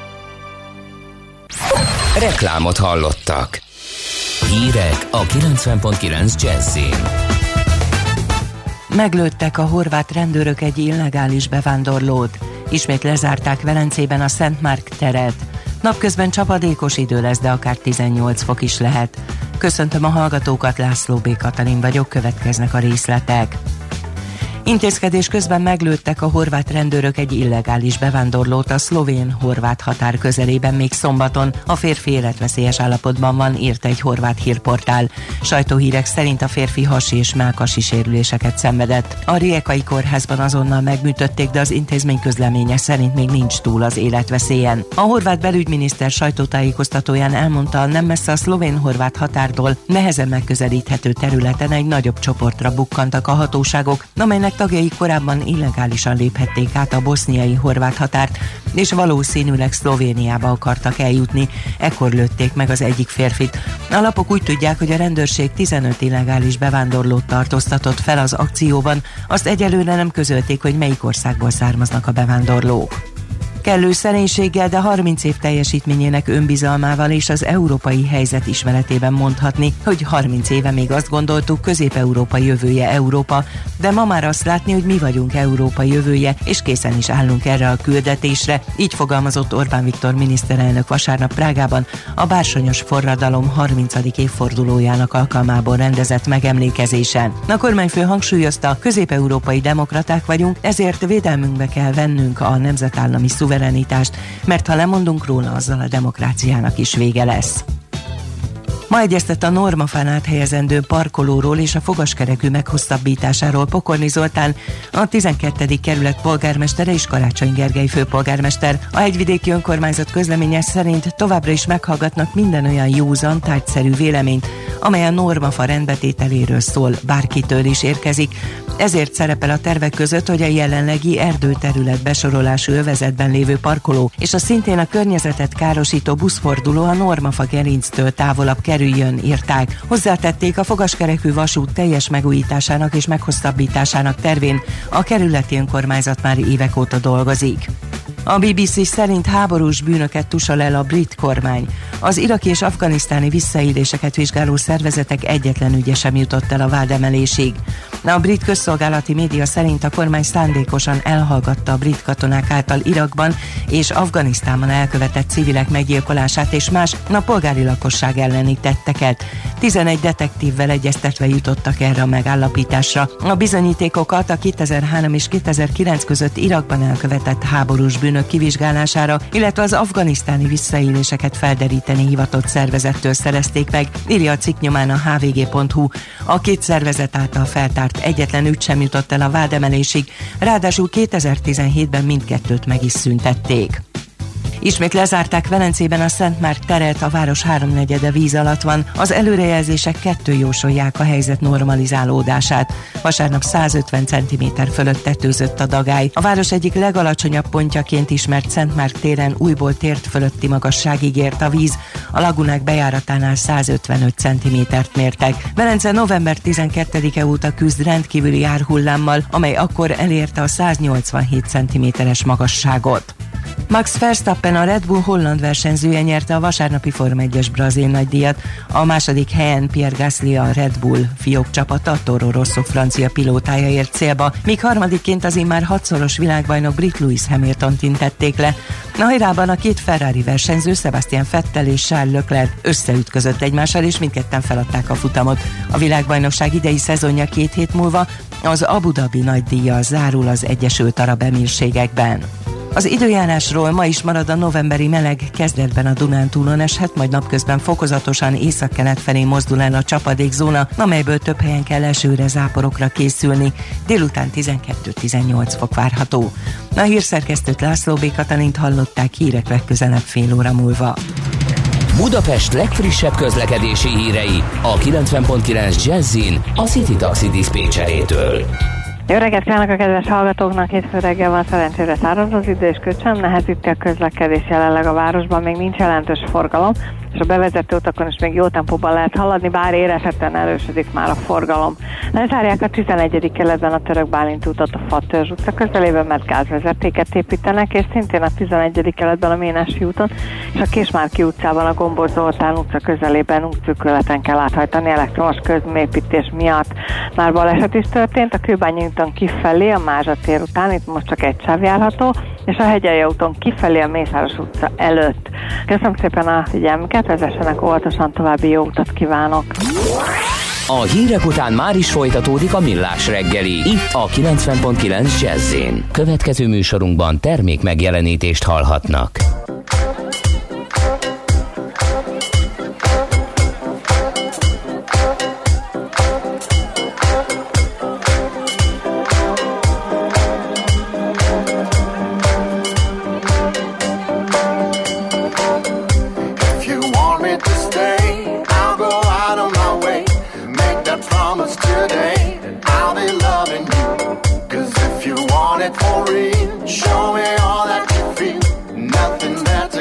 Reklámot hallottak. Hírek a 90.9 Jazzin. Meglőttek a horvát rendőrök egy illegális bevándorlót. Ismét lezárták Velencében a Szent Márk teret. Napközben csapadékos idő lesz, de akár 18 fok is lehet. Köszöntöm a hallgatókat, László B. Katalin vagyok, következnek a részletek. Intézkedés közben meglőttek a horvát rendőrök egy illegális bevándorlót a szlovén-horvát határ közelében még szombaton. A férfi életveszélyes állapotban van, írta egy horvát hírportál. Sajtóhírek szerint a férfi hasi és mellkasi sérüléseket szenvedett. A Rijekai kórházban azonnal megműtötték, de az intézmény közleménye szerint még nincs túl az életveszélyen. A horvát belügyminiszter sajtótájékoztatóján elmondta, nem messze a szlovén-horvát határtól nehezen megközelíthető területen egy nagyobb csoportra bukkantak a hatóságok, amelynek tagjai korábban illegálisan léphették át a boszniai horvát határt, és valószínűleg Szlovéniába akartak eljutni. Ekkor lőtték meg az egyik férfit. A lapok úgy tudják, hogy a rendőrség 15 illegális bevándorlót tartóztatott fel az akcióban, azt egyelőre nem közölték, hogy melyik országból származnak a bevándorlók. Kellő szerénységgel, de 30 év teljesítményének önbizalmával és az európai helyzet ismeretében mondhatni, hogy 30 éve még azt gondoltuk, Közép-Európa jövője Európa, de ma már azt látni, hogy mi vagyunk Európa jövője, és készen is állunk erre a küldetésre. Így fogalmazott Orbán Viktor miniszterelnök vasárnap Prágában a bársonyos forradalom 30. évfordulójának alkalmából rendezett megemlékezésen. A kormányfő hangsúlyozta, közép-európai demokraták vagyunk, ezért védelmünkbe kell vennünk a nemzetállami szuverenitást, mert ha lemondunk róla, azzal a demokráciának is vége lesz. Ma egyeztett a Normafán áthelyezendő parkolóról és a fogaskerekű meghosszabbításáról Pokorni Zoltán, a 12. kerület polgármestere és Karácsony Gergely főpolgármester. A hegyvidéki önkormányzat közleménye szerint továbbra is meghallgatnak minden olyan józan, tárgyszerű véleményt, amely a normafa rendbetételéről szól, bárkitől is érkezik. Ezért szerepel a tervek között, hogy a jelenlegi erdőterület besorolású övezetben lévő parkoló és a szintén a környezetet károsító buszforduló a normafa gerinctől távolabb kerüljön, írták. Hozzátették, a fogaskerekű vasút teljes megújításának és meghosszabbításának tervén a kerületi önkormányzat már évek óta dolgozik. A BBC szerint háborús bűnöket tusol el a brit kormány. Az iraki és afganisztáni visszaéléseket vizsgáló szervezetek egyetlen ügye sem jutott el a vádemelésig. A brit közszolgálati média szerint a kormány szándékosan elhallgatta a brit katonák által Irakban és Afganisztánban elkövetett civilek meggyilkolását és más a polgári lakosság elleni tetteket. 11 detektívvel egyeztetve jutottak erre a megállapításra. A bizonyítékokat a 2003 és 2009 között Irakban elkövetett háborús bűnök kivizsgálására, illetve az afganisztáni visszaéléseket felderíteni hivatott szervezettől szerezték meg, írja a cikk nyomán a hvg.hu. A két szervezet által feltárt egyetlen ügy sem jutott el a vádemelésig, ráadásul 2017-ben mindkettőt meg is szüntették. Ismét lezárták Velencében a Szent Márk teret, a város háromnegyede víz alatt van. Az előrejelzések kettő jósolják a helyzet normalizálódását. Vasárnap 150 cm fölött tetőzött a dagály. A város egyik legalacsonyabb pontjaként ismert Szent Márk téren újból tért fölötti magasságig ért a víz. A lagunák bejáratánál 155 cm-t mértek. Velence november 12-e óta küzd rendkívüli árhullámmal, amely akkor elérte a 187 cm-es magasságot. Max Verstappen, a Red Bull holland versenyzője nyerte a vasárnapi Forma 1-es brazil nagydíjat. A második helyen Pierre Gasly, a Red Bull fiók csapata, Toro Rosso francia pilótája ért célba, míg harmadikként az immár 6-szoros világbajnok brit Lewis Hamiltont intették le. A hajrában a két Ferrari versenyző, Sebastian Vettel és Charles Leclerc összeütközött egymással, és mindketten feladták a futamot. A világbajnokság idei szezonja 2 hét múlva az Abu Dhabi nagydíjjal zárul az Egyesült Arab Emírségekben. Az időjárásról: ma is marad a novemberi meleg, kezdetben a Dunántúlon eshet, majd napközben fokozatosan északkelet felé mozdul el a csapadékzóna, amelyből több helyen kell esőre, záporokra készülni. Délután 12-18 fok várható. A hírszerkesztőt, László B. Katalint hallották, hírek legközelebb fél óra múlva. Budapest legfrissebb közlekedési hírei a 90.9 Jazzin a City Taxi diszpécserétől. Jó reggelt kívánok a kedves hallgatóknak! Hétfő reggel van, szerencsére száraz az idő, és köcsöm nehezíti a közlekedés jelenleg a városban, még nincs jelentős forgalom, és a bevezető utakon is még jó tempóban lehet haladni, bár érezhetően erősödik már a forgalom. Lezárják a 11. kerületben a Török Bálint útot a Fatörzs utca közelében, mert gázvezetéket építenek, és szintén a 11. kerületben a Ménessy úton és a Késmárki utcában a Gombor Zoltán utca közelében útszűkületen kell áthajtani elektromos közműépítés miatt. Már baleset is történt, a Kőbányi úton kifelé, a Mázsa tér után, itt most csak egy sáv járható, és a Hegyalja úton kifelé a Mészáros utca előtt. Köszönöm szépen a figyelmüket, vezessenek óvatosan, további jó utat kívánok! A hírek után már is folytatódik a Millás reggeli, itt a 90.9 Jazz-én. Következő műsorunkban termék megjelenítést hallhatnak. For real, show me all that you feel. Nothing that's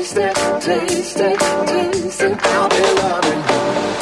taste it, taste it, taste it. I'll be loving you.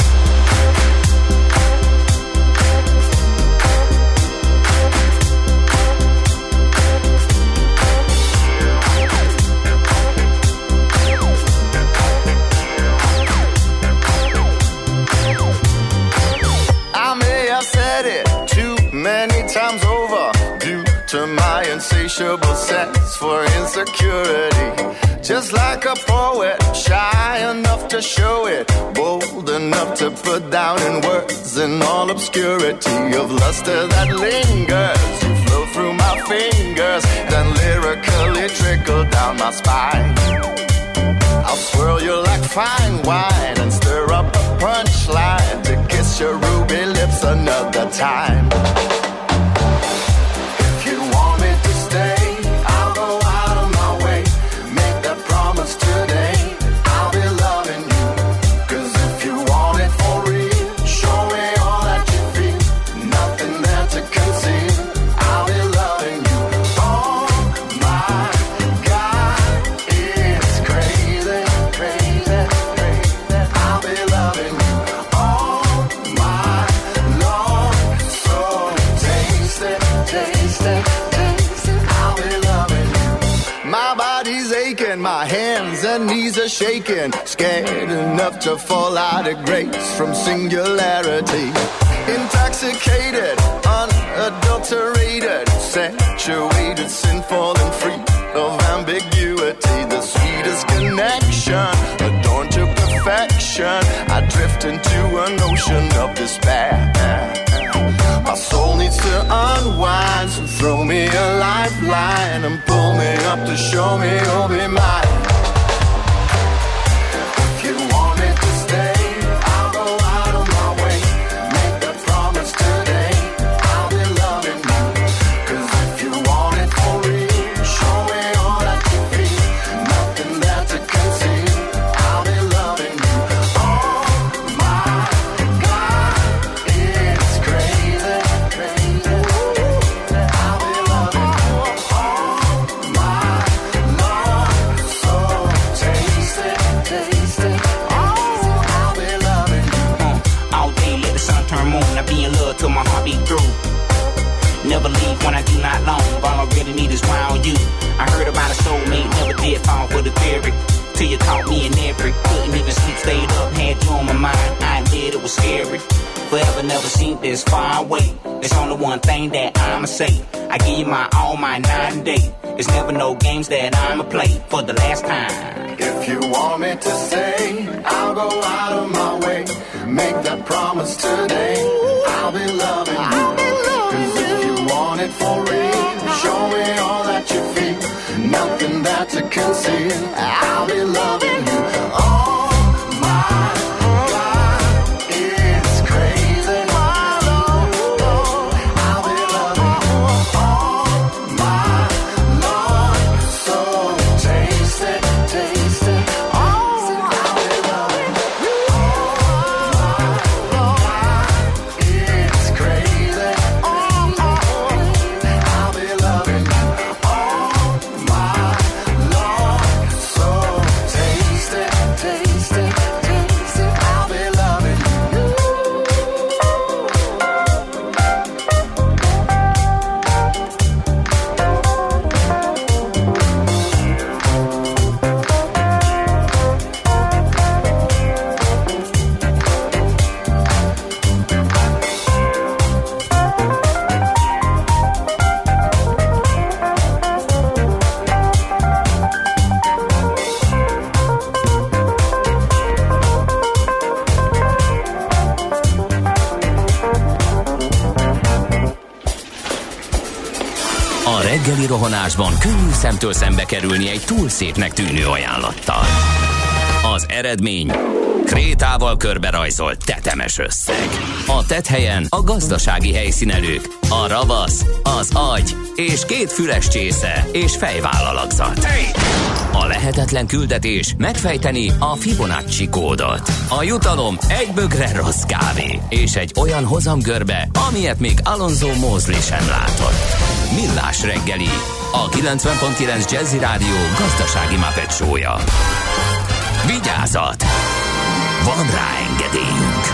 Many times over, due to my insatiable sense for insecurity. Just like a poet, shy enough to show it, bold enough to put down in words in all obscurity of luster that lingers. You flow through my fingers, then lyrically trickle down my spine. I'll swirl you like fine wine and stir up a punchline to kiss your ruby lips another time. If you want me to stay, I'll go out of my way. Make that promise today, I'll be loving you. 'Cause if you want it for real, show me all that you feel. Nothing there to conceal, I'll be loving you. Oh my God, it's crazy, crazy, crazy. I'll be loving you. Oh my Lord, so taste it, taste it, taste it. I'll be loving you. My body's aching, my hands and knees are shaking, scared enough to fall out of grace from singularity. Intoxicated, unadulterated, saturated, sinful and free of ambiguity. The sweetest connection, adorned to perfection. I drift into an ocean of despair. My soul needs to unwind, so throw me a lifeline and pull me up to show me you'll be mine. If you want me to stay, I'll go out of my way. Make that promise today, I'll be loving you. 'Cause if you want it for real, show me all that you feel. Nothing there to conceal, I'll be loving you. Oh my God, it's crazy, crazy. I'll be loving you. Oh my Lord, so taste it, taste it. Oh, I'll be loving you. All day, let the sun turn moon. I be in love till my heart beat through. Never leave when I do not long. All I really need is round you. I heard about a soulmate, never did fall for the theory. Till you caught me in every. Couldn't even sleep, stayed up, had you on my mind. I admit it was scary. Forever never seemed this far away. There's only one thing that I'ma say. I give you my all, my night and day. There's never no games that I'ma play for the last time. If you want me to stay, I'll go out of my way. Make that promise today, I'll be loving you. 'Cause if you want it for real, show me all that you feel. Nothing there to conceal, I'll be loving you. Oh my God, it's crazy. I'll be loving you. Oh my Lord, so taste it, taste it. Oh, I'll be loving you. Oh my God, it's crazy. I'll be loving you. Oh my Lord, so taste it, taste it, taste it. I'll be loving you. A reggeli rohanásban könnyű szemtől szembe kerülni egy túl szépnek tűnő ajánlattal. Az eredmény krétával körberajzolt tetemes összeg. A tetthelyen a gazdasági helyszínelők, a ravasz, az agy és 2 füles csésze és fejvállalakzat. A lehetetlen küldetés megfejteni a Fibonacci kódot. A jutalom egy bögre rossz kávé és egy olyan hozamgörbe, amilyet még Alonso Mosley sem látott. Millás reggeli, a 90.9 Jazzy Rádió gazdasági Muppet show-ja. Vigyázat! Van rá engedélyünk!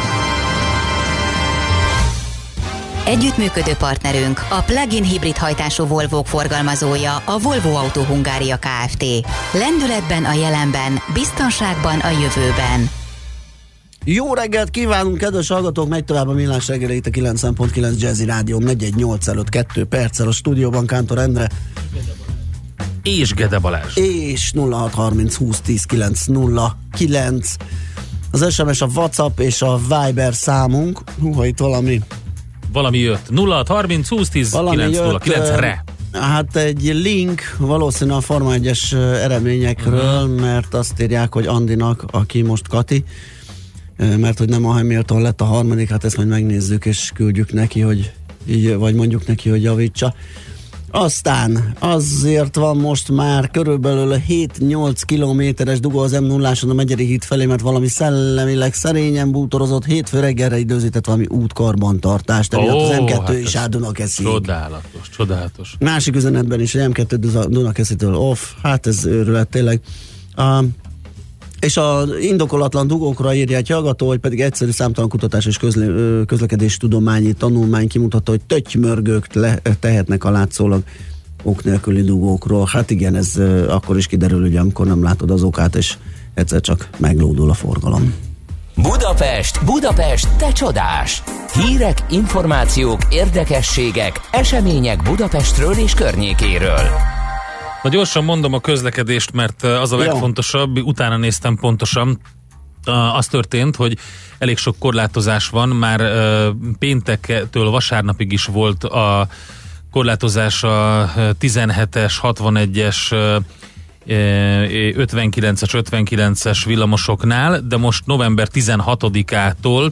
Együttműködő partnerünk a plug-in hibrid hajtású Volvo forgalmazója, a Volvo Autó Hungária Kft. Lendületben a jelenben, biztonságban a jövőben. Jó reggelt kívánunk, kedves hallgatók! Megy tovább a Millás reggeli itt a 90.9 Jazzy Rádió 418 előtt 2 perccel a stúdióban Kántor Endre és Gede Balázs. És 0630 20 10 909 az SMS, a WhatsApp és a Viber számunk. Húha, itt valami jött. 0630 20 10 909-re. Hát egy link valószínűleg a Forma 1-es eredményekről, mert azt írják, hogy Andinak, aki most Kati, mert hogy nem a Hamilton lett a harmadik, hát ezt majd megnézzük és küldjük neki, hogy így, vagy mondjuk neki, hogy javítsa. Aztán azért van most már körülbelül 7-8 kilométeres dugó az M0-áson a Megyeri híd felé, mert valami szellemileg szerényen bútorozott, hétfő reggelre időzített valami útkarbantartást, emiatt az M2 hát is áll Dunakeszig. Csodálatos. Másik üzenetben is, hogy M2 Dunakeszitől off, hát ez őrület tényleg. És az indokolatlan dugókra írja egy hallgató, hogy pedig egyszerű számtalan kutatás és közlekedéstudományi tanulmány kimutatta, hogy tötymörgők tehetnek a látszólag ok nélküli dugókról. Hát igen, ez akkor is kiderül, ugye, amikor nem látod az okát, és egyszer csak meglódul a forgalom. Budapest, te csodás! Hírek, információk, érdekességek, események Budapestről és környékéről. Na gyorsan mondom a közlekedést, mert az a legfontosabb, utána néztem pontosan. Az történt, hogy elég sok korlátozás van, már péntektől vasárnapig is volt a korlátozás a 17-es, 61-es, 59-es, 59-es villamosoknál, de most november 16-ától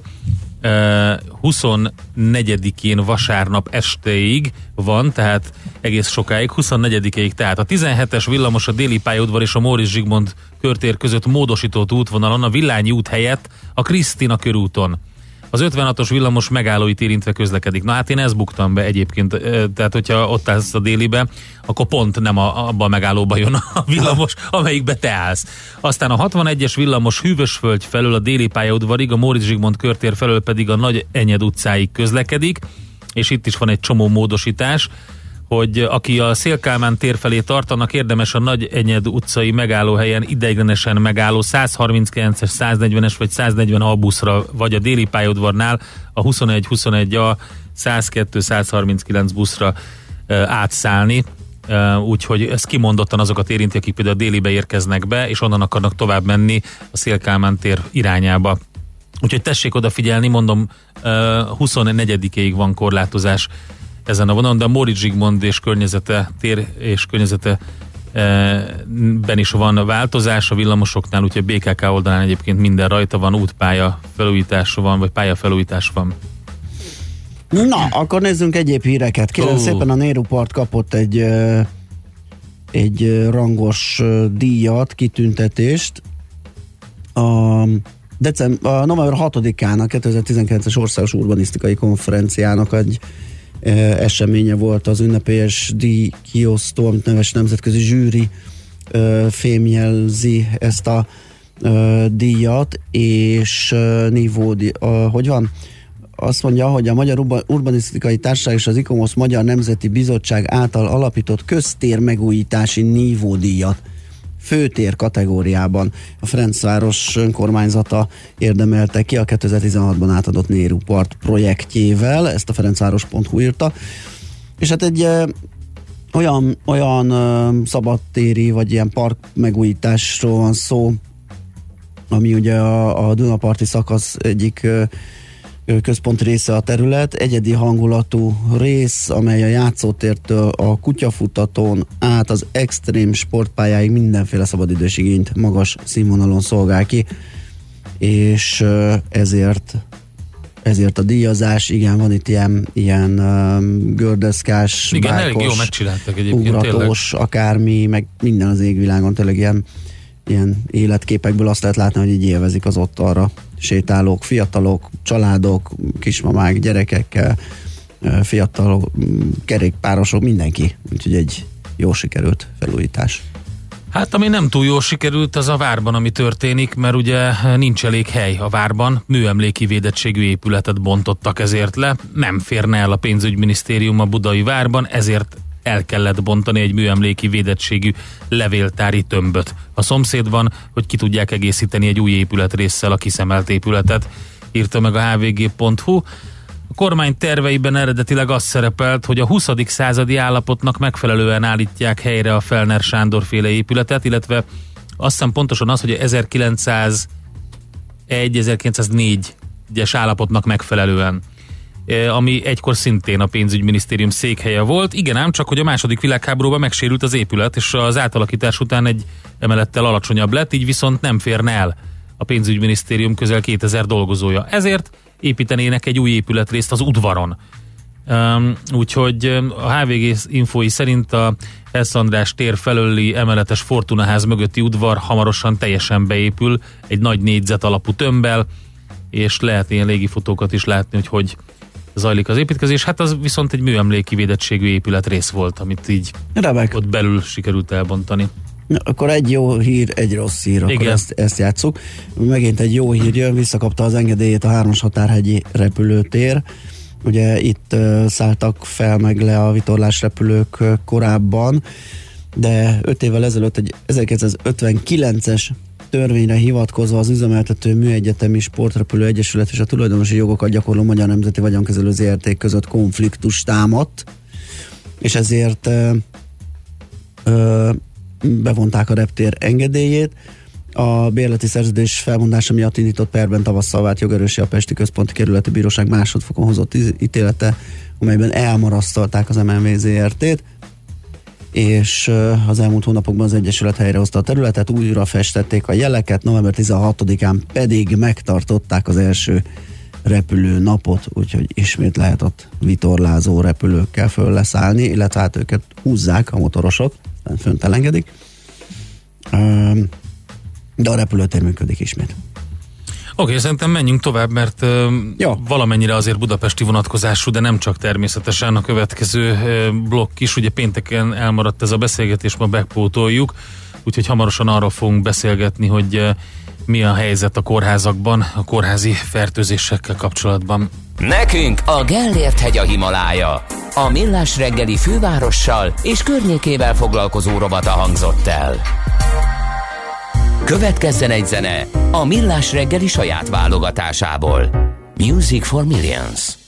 24-én vasárnap estéig van, tehát egész sokáig, 24-ig, tehát a 17-es villamos a Déli pályaudvar és a Móricz Zsigmond körtér között módosított útvonalon a Villányi út helyett a Krisztina körúton. Az 56-os villamos megállóit érintve közlekedik. Na hát én ezt buktam be egyébként, tehát hogyha ott állsz a Délibe, akkor pont nem abban a megállóba jön a villamos, amelyikbe te állsz. Aztán a 61-es villamos Hűvösvölgy felől a Déli pályaudvarig, a Móricz Zsigmond körtér felől pedig a Nagy Enyed utcáig közlekedik, és itt is van egy csomó módosítás, hogy aki a Széll-Kálmán tér felé tartanak, érdemes a Nagy Enyed utcai megállóhelyen ideiglenesen megálló 139-es, 140-es vagy 140A buszra, vagy a Déli pályaudvarnál a 21-21A 102-139 buszra átszállni. Úgyhogy ez kimondottan azokat érinti, akik például a Délibe érkeznek be, és onnan akarnak tovább menni a Széll-Kálmán tér irányába. Úgyhogy tessék odafigyelni, mondom, 24-ig van korlátozás ezen a vonalon, de a Móricz Zsigmond és környezete, tér és környezete ben is van változás a villamosoknál, úgyhogy BKK oldalán egyébként minden rajta van, útpálya felújítás van, vagy pályafelújítás van. Na, akkor nézzünk egyéb híreket. Kérem szépen, a Nehru Part kapott egy rangos díjat, kitüntetést. A november 6-án a 2019-es Országos Urbanisztikai Konferenciának egy eseménye volt az ünnepélyes díjkiosztó, amit neves nemzetközi zsűri fémjelzi ezt a díjat, és hogy van? Azt mondja, hogy a Magyar Urbanisztikai Társaság és az ICOMOS Magyar Nemzeti Bizottság által alapított köztér megújítási nívódíjat főtér kategóriában a Ferencváros önkormányzata érdemelte ki a 2016-ban átadott Nehru Part projektjével, ezt a ferencváros.hu írta, és hát egy olyan szabadtéri vagy ilyen park megújításról van szó, ami ugye a Dunaparti szakasz egyik központi része a terület, egyedi hangulatú rész, amely a játszótértől a kutyafutatón át az extrém sportpályáig mindenféle szabadidős igényt magas színvonalon szolgál ki, és ezért a díjazás, igen, van itt ilyen gördeszkás, igen, bájkos, elég jól megcsináltak egyébként, ugratós, tényleg. Akármi, meg minden az égvilágon, tényleg ilyen életképekből azt lehet látni, hogy így élvezik az ott arra sétálók, fiatalok, családok, kismamák, gyerekekkel, fiatalok, kerékpárosok, mindenki. Úgyhogy jó sikerült felújítás. Hát ami nem túl jól sikerült, az a várban, ami történik, mert ugye nincs elég hely a várban, műemléki védettségű épületet bontottak ezért le, nem férne el a pénzügyminisztérium a budai várban, ezért el kellett bontani egy műemléki védettségű levéltári tömböt a szomszédban, hogy ki tudják egészíteni egy új épületrésszel a kiszemelt épületet, írta meg a hvg.hu. A kormány terveiben eredetileg az szerepelt, hogy a 20. századi állapotnak megfelelően állítják helyre a Fellner Sándor féle épületet, illetve azt hiszem pontosan az, hogy a 1901-1904-es állapotnak megfelelően, ami egykor szintén a pénzügyminisztérium székhelye volt. Igen ám, csak hogy a második világháborúban megsérült az épület, és az átalakítás után egy emelettel alacsonyabb lett, így viszont nem férne el a pénzügyminisztérium közel 2000 dolgozója. Ezért építenének egy új épületrészt az udvaron. Úgyhogy a HVG infói szerint a Hess András tér felőli emeletes Fortunaház mögötti udvar hamarosan teljesen beépül egy nagy négyzet alapú tömbbel, és lehet ilyen légifotókat is látni, hogy zajlik az építkezés. Hát az viszont egy műemléki védettségű épületrész volt, amit így ott belül sikerült elbontani. Na, akkor egy jó hír, egy rossz hír, akkor ezt játsszuk. Megint egy jó hír jön, visszakapta az engedélyét a 3-as határhegyi repülőtér. Ugye itt szálltak fel meg le a vitorlás repülők korábban, de 5 évvel ezelőtt egy 1959-es törvényre hivatkozva az üzemeltető műegyetemi sportrepülő egyesület és a tulajdonosi jogokat gyakorló Magyar Nemzeti Vagyonkezelő ZRT között konfliktus támadt, és ezért bevonták a reptér engedélyét. A bérleti szerződés felmondása miatt indított perben tavasszal vált jogerőssé a Pesti Központi Kerületi Bíróság másodfokon hozott ítélete, amelyben elmarasztalták az MNV ZRT-t, és az elmúlt hónapokban az Egyesület helyrehozta a területet, újra festették a jeleket, november 16-án pedig megtartották az első repülőnapot, úgyhogy ismét lehet ott vitorlázó repülőkkel föl leszállni, illetve hát őket húzzák a motorosok, fönt elengedik, de a repülőtér működik ismét. Oké, szerintem menjünk tovább, mert valamennyire azért budapesti vonatkozású, de nem csak természetesen a következő blokk is, ugye pénteken elmaradt ez a beszélgetés, ma megpótoljuk, úgyhogy hamarosan arról fogunk beszélgetni, hogy mi a helyzet a kórházakban, a kórházi fertőzésekkel kapcsolatban. Nekünk a Gellért-hegy a Himalája. A Millás reggeli fővárossal és környékével foglalkozó rovata hangzott el. Következzen egy zene a Millás reggeli saját válogatásából. Music for Millions.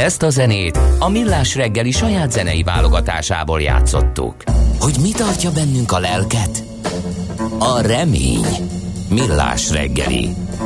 Ezt a zenét a Millás reggeli saját zenei válogatásából játszottuk. Hogy mi tartja bennünk a lelket? A remény. Millás reggeli.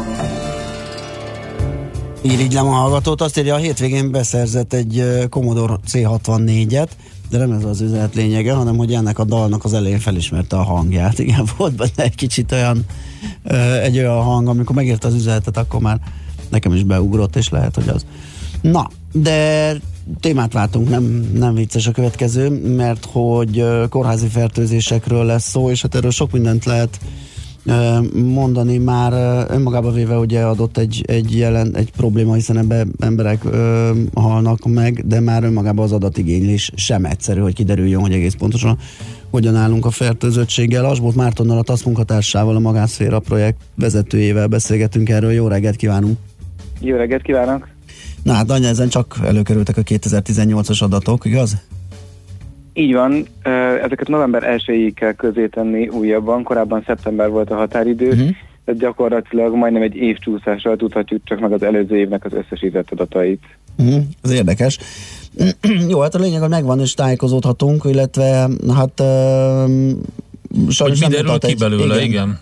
Irigylem a hallgatót, azt írja, a hétvégén beszerzett egy Commodore C64-et, de nem ez az üzenet lényege, hanem hogy ennek a dalnak az elején felismerte a hangját. Igen, volt benne egy kicsit olyan, egy olyan hang, amikor megírta az üzenetet, akkor már nekem is beugrott, és lehet, hogy az. Na, de témát váltunk, nem vicces a következő, mert hogy kórházi fertőzésekről lesz szó, és hát erről sok mindent lehet mondani, már önmagába véve ugye adott egy probléma, hiszen ebben emberek halnak meg, de már önmagában az adatigénylés sem egyszerű, hogy kiderüljön, hogy egész pontosan hogyan állunk a fertőzöttséggel. Asbolt Mártonnal, a TASZ munkatársával, a Magánszféra projekt vezetőjével beszélgetünk erről. Jó reggelt kívánunk! Jó reggelt kívánok! Na hát anya, ezen csak előkerültek a 2018-as adatok, igaz? Így van, ezeket november 1-ig kell közé tenni újabban, korábban szeptember volt a határidő, tehát gyakorlatilag majdnem egy év csúszással tudhatjuk csak meg az előző évnek az összesített adatait. Ez érdekes. Jó, hát a lényeg, hogy megvan és tájékozódhatunk, illetve hát hogy mi derül ki belőle, igen.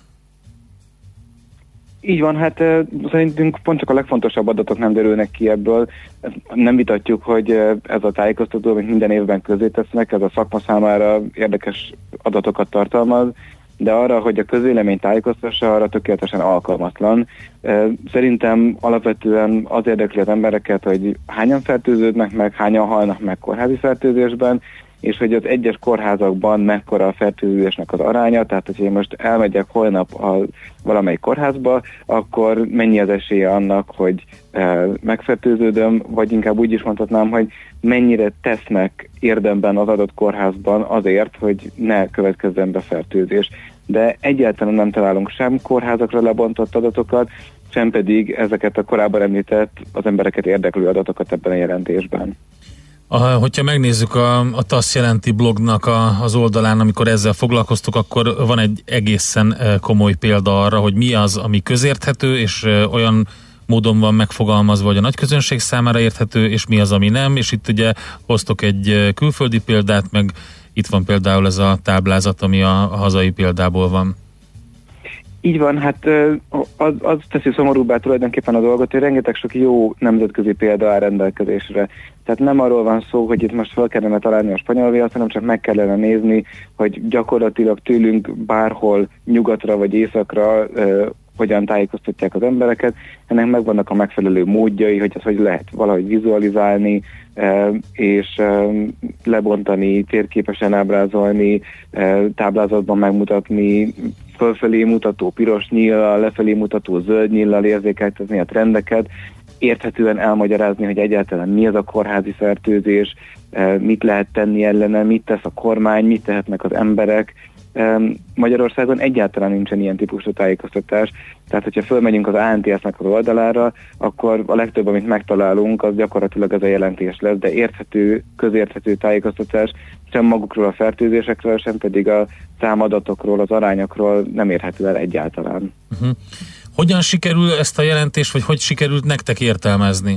Így van, hát szerintünk pont csak a legfontosabb adatok nem derülnek ki ebből. Nem vitatjuk, hogy ez a tájékoztató, amit minden évben közé tesznek, ez a szakma számára érdekes adatokat tartalmaz, de arra, hogy a közvélemény tájékoztassa, arra tökéletesen alkalmatlan. Szerintem alapvetően az érdekli az embereket, hogy hányan fertőződnek meg, hányan halnak meg kórházi fertőzésben, és hogy az egyes kórházakban mekkora a fertőzésnek az aránya, tehát hogyha én most elmegyek holnap valamelyik kórházba, akkor mennyi az esélye annak, hogy megfertőződöm, vagy inkább úgy is mondhatnám, hogy mennyire tesznek érdemben az adott kórházban azért, hogy ne következzen be fertőzés. De egyáltalán nem találunk sem kórházakra lebontott adatokat, sem pedig ezeket a korábban említett az embereket érdeklő adatokat ebben a jelentésben. Hogyha megnézzük a TASZ jelenti blognak az oldalán, amikor ezzel foglalkoztuk, akkor van egy egészen komoly példa arra, hogy mi az, ami közérthető, és olyan módon van megfogalmazva, hogy a nagyközönség számára érthető, és mi az, ami nem, és itt ugye hoztok egy külföldi példát, meg itt van például ez a táblázat, ami a hazai példából van. Így van, hát az teszi szomorúbbá tulajdonképpen a dolgot, hogy rengeteg sok jó nemzetközi példa áll rendelkezésre. Tehát nem arról van szó, hogy itt most fel kellene találni a spanyol viaszt, hanem csak meg kellene nézni, hogy gyakorlatilag tőlünk bárhol nyugatra vagy északra hogyan tájékoztatják az embereket. Ennek megvannak a megfelelő módjai, hogy ezt hogy lehet valahogy vizualizálni, és lebontani, térképesen ábrázolni, táblázatban megmutatni, fölfelé mutató piros nyíllal, lefelé mutató zöld nyíllal érzékeltetni a trendeket, érthetően elmagyarázni, hogy egyáltalán mi az a kórházi fertőzés, mit lehet tenni ellene, mit tesz a kormány, mit tehetnek az emberek. Magyarországon egyáltalán nincsen ilyen típusú tájékoztatás, tehát hogyha fölmegyünk az ANTS-nek az oldalára, akkor a legtöbb, amit megtalálunk, az gyakorlatilag ez a jelentés lesz, de érthető, közérthető tájékoztatás sem magukról a fertőzésekről, sem pedig a számadatokról, az arányokról nem érhető el egyáltalán. Hogyan sikerül ezt a jelentést, vagy hogy sikerült nektek értelmezni?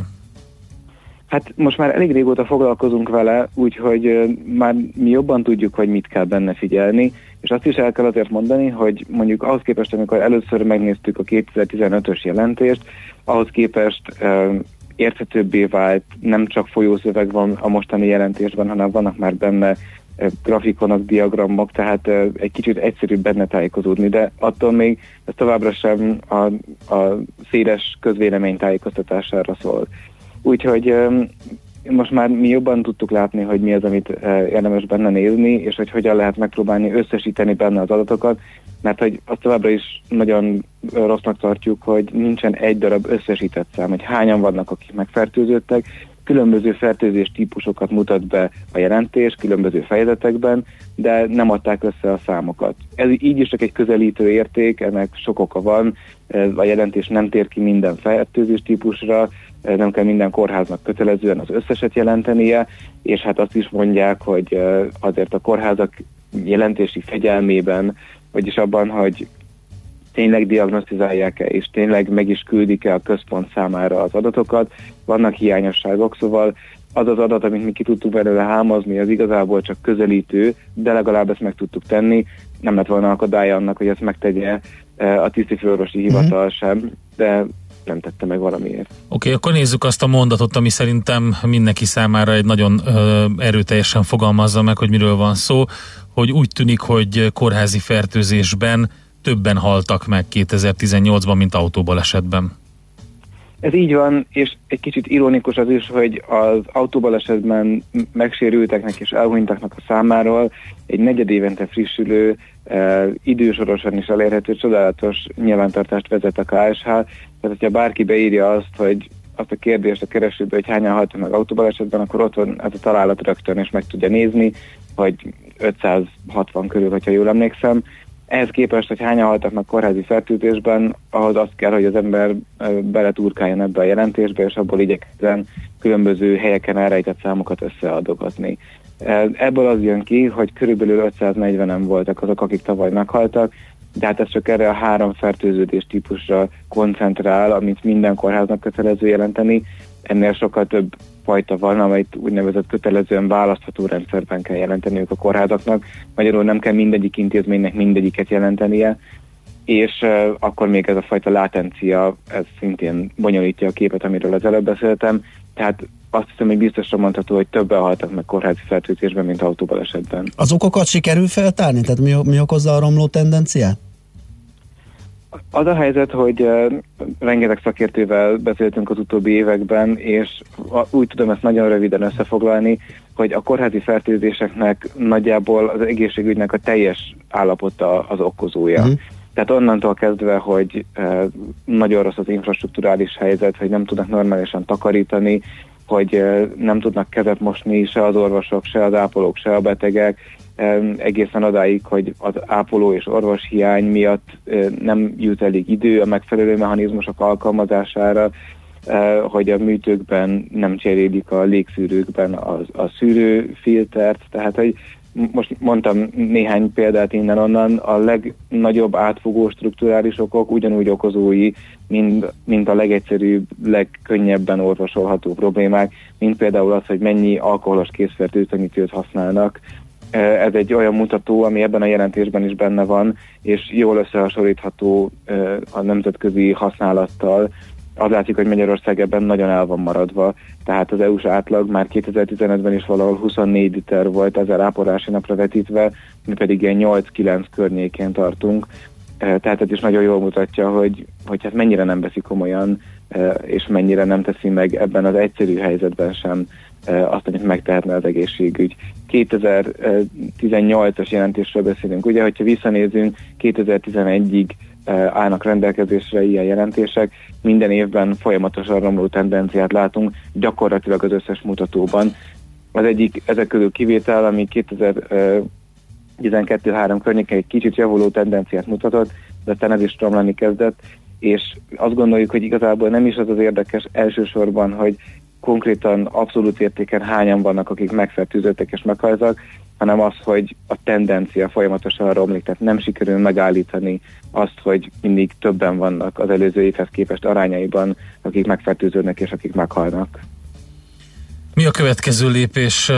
Hát most már elég régóta foglalkozunk vele, úgyhogy már mi jobban tudjuk, hogy mit kell benne figyelni, és azt is el kell azért mondani, hogy mondjuk ahhoz képest, amikor először megnéztük a 2015-ös jelentést, ahhoz képest érthetőbbé vált, nem csak folyószöveg van a mostani jelentésben, hanem vannak már benne grafikonok, diagramok, tehát egy kicsit egyszerűbb benne tájékozódni, de attól még ez továbbra sem a széles közvélemény tájékoztatására szól. Úgyhogy most már mi jobban tudtuk látni, hogy mi az, amit érdemes benne nézni, és hogy hogyan lehet megpróbálni összesíteni benne az adatokat, mert hogy azt továbbra is nagyon rossznak tartjuk, hogy nincsen egy darab összesített szám, hogy hányan vannak, akik megfertőződtek, különböző fertőzés típusokat mutat be a jelentés, különböző fejezetekben, de nem adták össze a számokat. Ez így is csak egy közelítő érték, ennek sok oka van, a jelentés nem tér ki minden fertőzés típusra, nem kell minden kórháznak kötelezően az összeset jelentenie, és hát azt is mondják, hogy azért a kórházak jelentési fegyelmében, vagyis abban, hogy tényleg diagnosztizálják-e, és tényleg meg is küldik-e a központ számára az adatokat. Vannak hiányosságok, szóval az az adat, amit mi ki tudtuk belőle hámozni, az igazából csak közelítő, de legalább ezt meg tudtuk tenni. Nem lett volna akadálya annak, hogy ezt megtegye a tisztifőorvosi hivatal sem, de nem tette meg valamiért. Oké, akkor nézzük azt a mondatot, ami szerintem mindenki számára egy nagyon erőteljesen fogalmazza meg, hogy miről van szó, hogy úgy tűnik, hogy kórházi fertőzésben többen haltak meg 2018-ban, mint autóbalesetben. Ez így van, és egy kicsit ironikus az is, hogy az autóbalesetben megsérülteknek és elhunytaknak a számáról egy negyedévente frissülő, idősorosan is elérhető csodálatos nyilvántartást vezet a KSH. Tehát, hogyha bárki beírja azt a kérdést a keresőbe, hogy hányan haltak meg autóbalesetben, akkor ott van ez a találat rögtön, és meg tudja nézni, hogy 560 körül, hogyha jól emlékszem. Ehhez képest, hogy hányan haltak meg kórházi fertőzésben, ahhoz azt kell, hogy az ember beleturkáljon ebbe a jelentésbe, és abból igyekezzen különböző helyeken elrejtett számokat összeadogatni. Ebből az jön ki, hogy körülbelül 540-en voltak azok, akik tavaly meghaltak, de hát ez csak erre a 3 fertőződés típusra koncentrál, amit minden kórháznak kötelező jelenteni. Ennél sokkal több fajta van, amelyet úgynevezett kötelezően választható rendszerben kell jelenteniük a kórházaknak. Magyarul nem kell mindegyik intézménynek mindegyiket jelentenie, és akkor még ez a fajta látencia, ez szintén bonyolítja a képet, amiről az előbb beszéltem. Tehát azt hiszem, hogy biztosra mondható, hogy többen haltak meg kórházi fertőzésben, mint autóbalesetben. Az okokat sikerül feltárni? Tehát mi okozza a romló tendenciát? Az a helyzet, hogy rengeteg szakértővel beszéltünk az utóbbi években, és úgy tudom ezt nagyon röviden összefoglalni, hogy a kórházi fertőzéseknek nagyjából az egészségügynek a teljes állapota az okozója. Tehát onnantól kezdve, hogy nagyon rossz az infrastrukturális helyzet, hogy nem tudnak normálisan takarítani, hogy nem tudnak kezet mosni se az orvosok, se az ápolók, se a betegek, egészen odáig, hogy az ápoló és orvos hiány miatt nem jut elég idő a megfelelő mechanizmusok alkalmazására, hogy a műtőkben nem cserélik a légszűrőkben a szűrőfiltert, tehát hogy most mondtam néhány példát innen-onnan, a legnagyobb átfogó strukturális okok ugyanúgy okozói, mint a legegyszerűbb, legkönnyebben orvosolható problémák, mint például az, hogy mennyi alkoholos készfertőtlenítőt használnak. Ez egy olyan mutató, ami ebben a jelentésben is benne van, és jól összehasonlítható a nemzetközi használattal. Az látszik, hogy Magyarország ebben nagyon el van maradva, tehát az EU-s átlag már 2015-ben is valahol 24 liter volt 1000 ápolási napra vetítve, mi pedig ilyen 8-9 környékén tartunk. Tehát ez is nagyon jól mutatja, hogy hát mennyire nem veszi komolyan, és mennyire nem teszi meg ebben az egyszerű helyzetben sem azt, amit megtehetne az egészségügy. 2018-as jelentésről beszélünk. Ugye, hogyha visszanézünk, 2011-ig állnak rendelkezésre ilyen jelentések, minden évben folyamatosan romló tendenciát látunk, gyakorlatilag az összes mutatóban. Az egyik ezek közül kivétel, ami 2012-3 környéken egy kicsit javuló tendenciát mutatott, de aztán ez is romlani kezdett, és azt gondoljuk, hogy igazából nem is az az érdekes elsősorban, hogy konkrétan abszolút értéken hányan vannak, akik megfertőzöttek és meghaltak, hanem az, hogy a tendencia folyamatosan romlik, tehát nem sikerül megállítani azt, hogy mindig többen vannak az előző évhez képest arányaiban, akik megfertőződnek és akik meghalnak. Mi a következő lépés?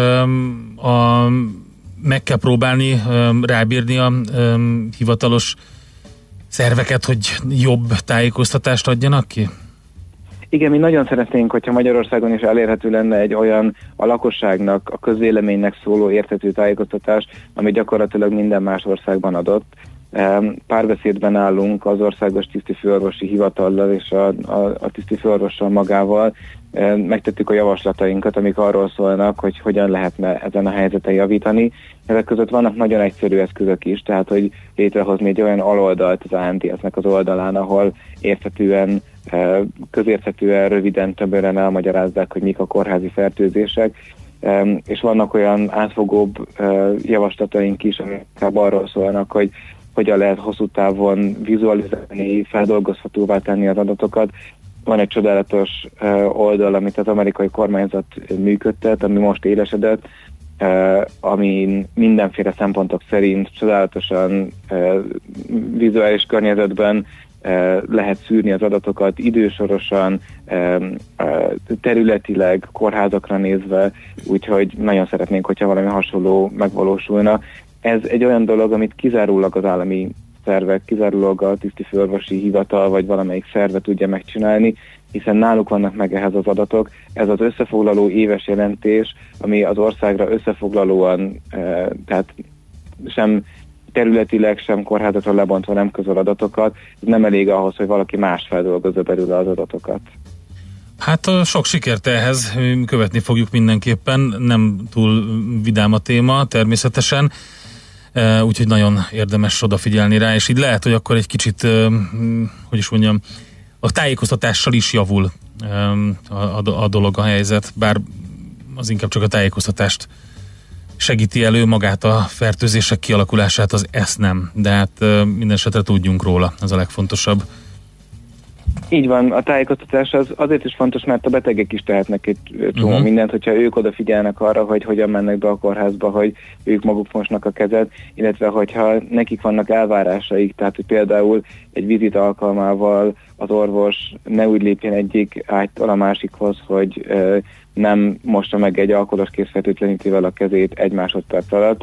Meg kell próbálni rábírni a hivatalos szerveket, hogy jobb tájékoztatást adjanak ki? Igen, mi nagyon szeretnénk, hogyha Magyarországon is elérhető lenne egy olyan a lakosságnak, a közvéleménynek szóló érthető tájékoztatás, ami gyakorlatilag minden más országban adott. Párbeszédben állunk az Országos Tisztifőorvosi Hivatallal és a tisztifőorvossal magával. Megtettük a javaslatainkat, amik arról szólnak, hogy hogyan lehetne ezen a helyzeten javítani. Ezek között vannak nagyon egyszerű eszközök is, tehát hogy létrehozni egy olyan aloldalt az ANTS-nek az oldalán, ahol érthetően, közérthetően, röviden, többen elmagyarázzák, hogy mik a kórházi fertőzések, és vannak olyan átfogóbb javaslataink is, amik arról szólnak, hogy hogyan lehet hosszú távon vizualizálni, feldolgozhatóvá tenni az adatokat. Van egy csodálatos oldal, amit az amerikai kormányzat működtet, ami most élesedett, amin mindenféle szempontok szerint csodálatosan vizuális környezetben lehet szűrni az adatokat idősorosan, területileg, kórházakra nézve, úgyhogy nagyon szeretnénk, hogyha valami hasonló megvalósulna. Ez egy olyan dolog, amit kizárólag az állami szervek, kizárólag a tisztifőorvosi hivatal vagy valamelyik szerve tudja megcsinálni, hiszen náluk vannak meg ehhez az adatok. Ez az összefoglaló éves jelentés, ami az országra összefoglalóan, tehát sem területileg, sem kórházakra lebontva nem közöl adatokat, ez nem elég ahhoz, hogy valaki más feldolgozza belőle az adatokat. Hát sok sikert ehhez, követni fogjuk mindenképpen, nem túl vidám a téma természetesen, úgyhogy nagyon érdemes odafigyelni rá, és így lehet, hogy akkor egy kicsit, hogy is mondjam, a tájékoztatással is javul a dolog, a helyzet, bár az inkább csak a tájékoztatást segíti elő, magát a fertőzések kialakulását, az ezt nem, de hát minden esetre tudjunk róla, ez a legfontosabb. Így van, a tájékoztatás az azért is fontos, mert a betegek is tehetnek egy csomó mindent, hogyha ők odafigyelnek arra, hogy hogyan mennek be a kórházba, hogy ők maguk mosnak a kezet, illetve hogyha nekik vannak elvárásaik, tehát hogy például egy vizit alkalmával az orvos ne úgy lépjen egyik ágytól a másikhoz, hogy nem mossa meg egy alkoholos készfertőtlenítővel a kezét 1 másodperc alatt,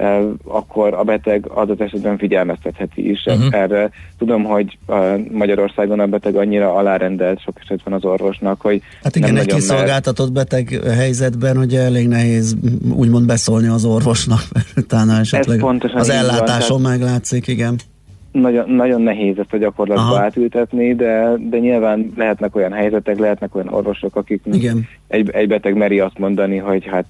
akkor a beteg adott esetben figyelmeztetheti is erre. Tudom, hogy Magyarországon a beteg annyira alárendelt sok esetben az orvosnak, hogy hát igen, egy kiszolgáltatott beteg helyzetben ugye elég nehéz úgymond beszólni az orvosnak, mert utána esetleg az ellátáson meglátszik, igen. Nagyon, nagyon nehéz ezt a gyakorlatba átültetni, de nyilván lehetnek olyan helyzetek, lehetnek olyan orvosok, akik egy beteg meri azt mondani, hogy hát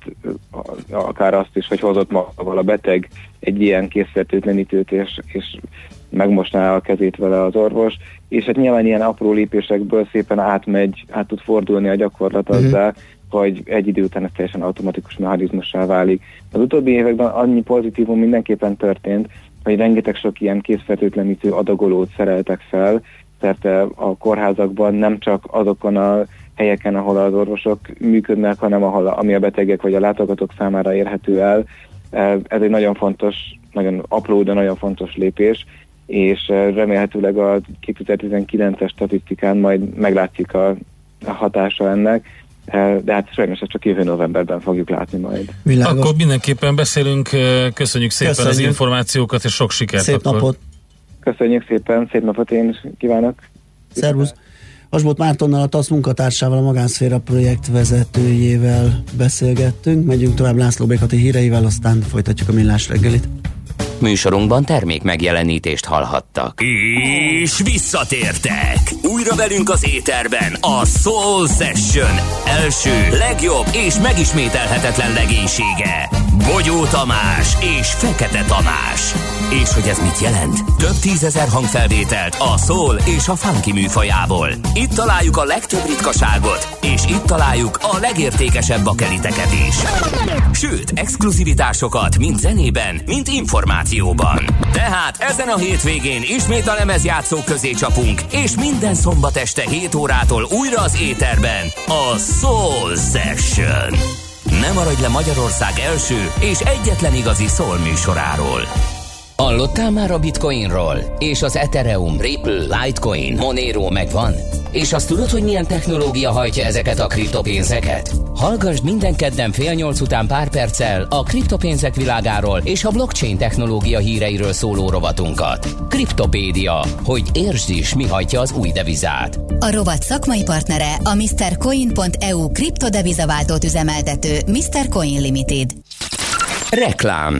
akár azt is, hogy hozott magával a beteg egy ilyen készfertőtlenítőt, és megmosná a kezét vele az orvos, és hát nyilván ilyen apró lépésekből szépen át tud fordulni a gyakorlat azzá, hogy egy idő után ez teljesen automatikus mechanizmussá válik. Az utóbbi években annyi pozitívum mindenképpen történt, hogy rengeteg sok ilyen készfertőtlenítő adagolót szereltek fel, szerte a kórházakban, nem csak azokon a helyeken, ahol az orvosok működnek, hanem ami a betegek vagy a látogatók számára érhető el. Ez egy nagyon fontos, nagyon apró, de nagyon fontos lépés, és remélhetőleg a 2019-es statisztikán majd meglátszik a hatása ennek, de hát sajnos ezt csak jövő novemberben fogjuk látni majd. Világos. Akkor mindenképpen beszélünk, köszönjük szépen az információkat, és sok sikert. Szép napot! Köszönjük szépen, szép napot én is kívánok! Szervusz! Asbolt Mártonnal, a TASZ munkatársával, a Magánszféra projekt vezetőjével beszélgettünk, megyünk tovább László B. Kati híreivel, aztán folytatjuk a Millás reggelit. Műsorunkban termék megjelenítést hallhattak. És visszatértek! Újra velünk az éterben a Soul Session első, legjobb és megismételhetetlen legénysége. Bogyó Tamás és Fekete Tamás. És hogy ez mit jelent? Több 10 000 hangfelvételt a soul és a funky műfajából. Itt találjuk a legtöbb ritkaságot, és itt találjuk a legértékesebb bakeliteket is. Sőt, exkluzivitásokat mind zenében, mind információban. Tehát ezen a hétvégén ismét a lemezjátszók közé csapunk, és minden szombat este 7 órától újra az éterben a Soul Session. Ne maradj le Magyarország első és egyetlen igazi soul műsoráról. Hallottál már a Bitcoinról? És az Ethereum, Ripple, Litecoin, Monero megvan? És azt tudod, hogy milyen technológia hajtja ezeket a kriptopénzeket? Hallgassd minden kedden 7:30 után pár perccel a kriptopénzek világáról és a blockchain technológia híreiről szóló rovatunkat. Kriptopédia, hogy értsd is, mi hajtja az új devizát. A rovat szakmai partnere a MrCoin.eu kriptodevizaváltót üzemeltető Mr. Coin Limited. Reklám.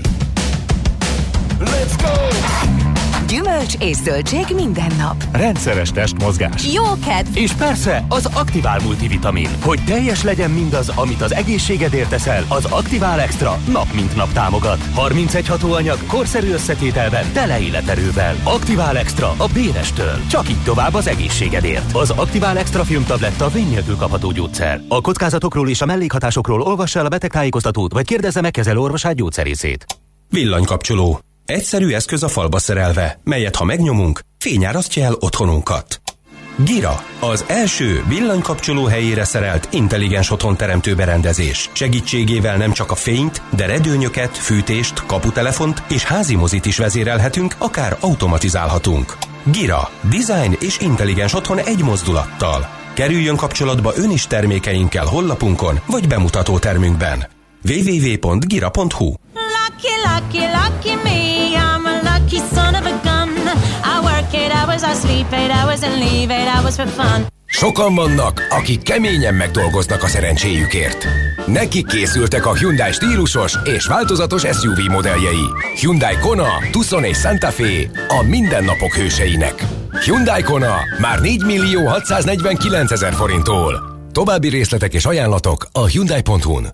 Let's go! Gyümölcs és zöldség minden nap. Rendszeres testmozgás. Jó kedv! És persze az Aktivál multivitamin. Hogy teljes legyen mindaz, amit az egészségedért teszel, az Aktivál Extra nap mint nap támogat. 31 hatóanyag, korszerű összetételben, tele életerővel. Aktivál Extra a Bérestől. Csak így tovább az egészségedért. Az Aktivál Extra filmtabletta vény nélkül kapható gyógyszer. A kockázatokról és a mellékhatásokról olvassa el a betegtájékoztatót, vagy kérdezze meg kezelőorvosát, gyógyszerészét. Villanykapcsoló. Egyszerű eszköz a falba szerelve, melyet ha megnyomunk, fényárasztja el otthonunkat. Gira, az első villanykapcsoló helyére szerelt intelligens otthonteremtő berendezés. Segítségével nem csak a fényt, de redőnyöket, fűtést, kaputelefont és házimozit is vezérelhetünk, akár automatizálhatunk. Gira, design és intelligens otthon egy mozdulattal. Kerüljön kapcsolatba ön is termékeinkkel honlapunkon vagy bemutató termünkben. www.gira.hu. Lucky, lucky, lucky me, I'm a lucky son of a gun. I work 8 hours, I sleep 8 hours and leave 8 hours for fun. Sokan vannak, akik keményen megdolgoznak a szerencséjükért. Nekik készültek a Hyundai stílusos és változatos SUV modelljei. Hyundai Kona, Tucson és Santa Fe a mindennapok hőseinek. Hyundai Kona már 4.649.000 forinttól. További részletek és ajánlatok a Hyundai.hu-n.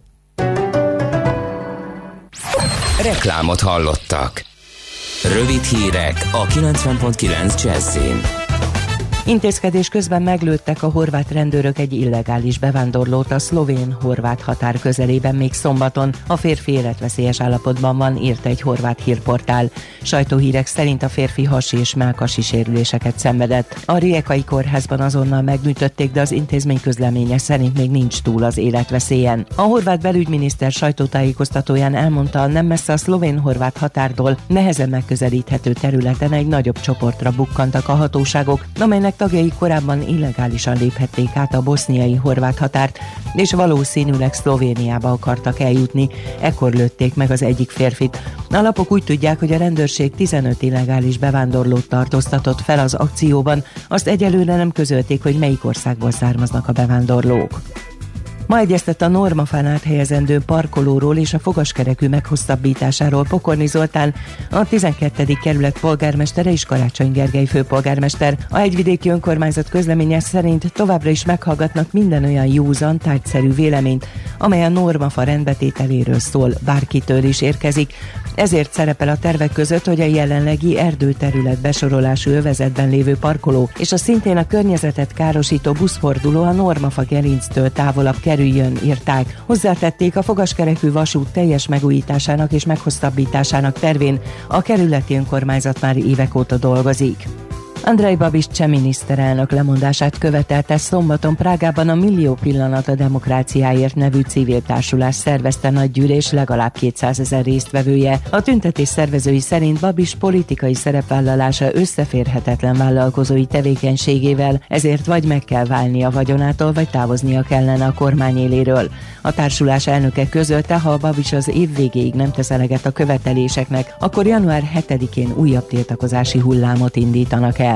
Reklámot hallottak. Rövid hírek a 90.9 Jazzin. Intézkedés közben meglőttek a horvát rendőrök egy illegális bevándorlót a szlovén-horvát határ közelében még szombaton. A férfi életveszélyes állapotban van, írta egy horvát hírportál. Sajtóhírek szerint a férfi hasi és mellkasi sérüléseket szenvedett. A Rijekai kórházban azonnal megműtötték, de az intézmény közleménye szerint még nincs túl az életveszélyen. A horvát belügyminiszter sajtótájékoztatóján elmondta, nem messze a szlovén-horvát határtól nehezen megközelíthető területen egy nagyobb csoportra bukkantak a hatóságok, amelynek tagjai korábban illegálisan léphették át a boszniai horvát határt, és valószínűleg Szlovéniába akartak eljutni. Ekkor lőtték meg az egyik férfit. A lapok úgy tudják, hogy a rendőrség 15 illegális bevándorlót tartóztatott fel az akcióban, azt egyelőre nem közölték, hogy melyik országból származnak a bevándorlók. Ma egyeztett a Normafán áthelyezendő parkolóról és a fogaskerekű meghosszabbításáról Pokorni Zoltán, a 12. kerület polgármestere és Karácsony Gergely főpolgármester. A hegyvidéki önkormányzat közleménye szerint továbbra is meghallgatnak minden olyan józan, tárgyszerű véleményt, amely a Normafa rendbetételéről szól, bárkitől is érkezik. Ezért szerepel a tervek között, hogy a jelenlegi erdőterület besorolású övezetben lévő parkoló és a szintén a környezetet károsító buszforduló a Normafa gerinctől távolabb kerüljön, írták. Hozzátették, a fogaskerekű vasút teljes megújításának és meghosszabbításának tervén a kerületi önkormányzat már évek óta dolgozik. Andrej Babiš cseh miniszterelnök lemondását követelte szombaton Prágában a Millió pillanat a demokráciáért nevű civil társulás szervezte nagygyűlés legalább 200 000 résztvevője. A tüntetés szervezői szerint Babiš politikai szerepvállalása összeférhetetlen vállalkozói tevékenységével, ezért vagy meg kell válnia vagyonától, vagy távoznia kellene a kormány éléről. A társulás elnöke közölte, ha Babiš az év végéig nem tesz eleget a követeléseknek, akkor január 7-én újabb tiltakozási hullámot indítanak el.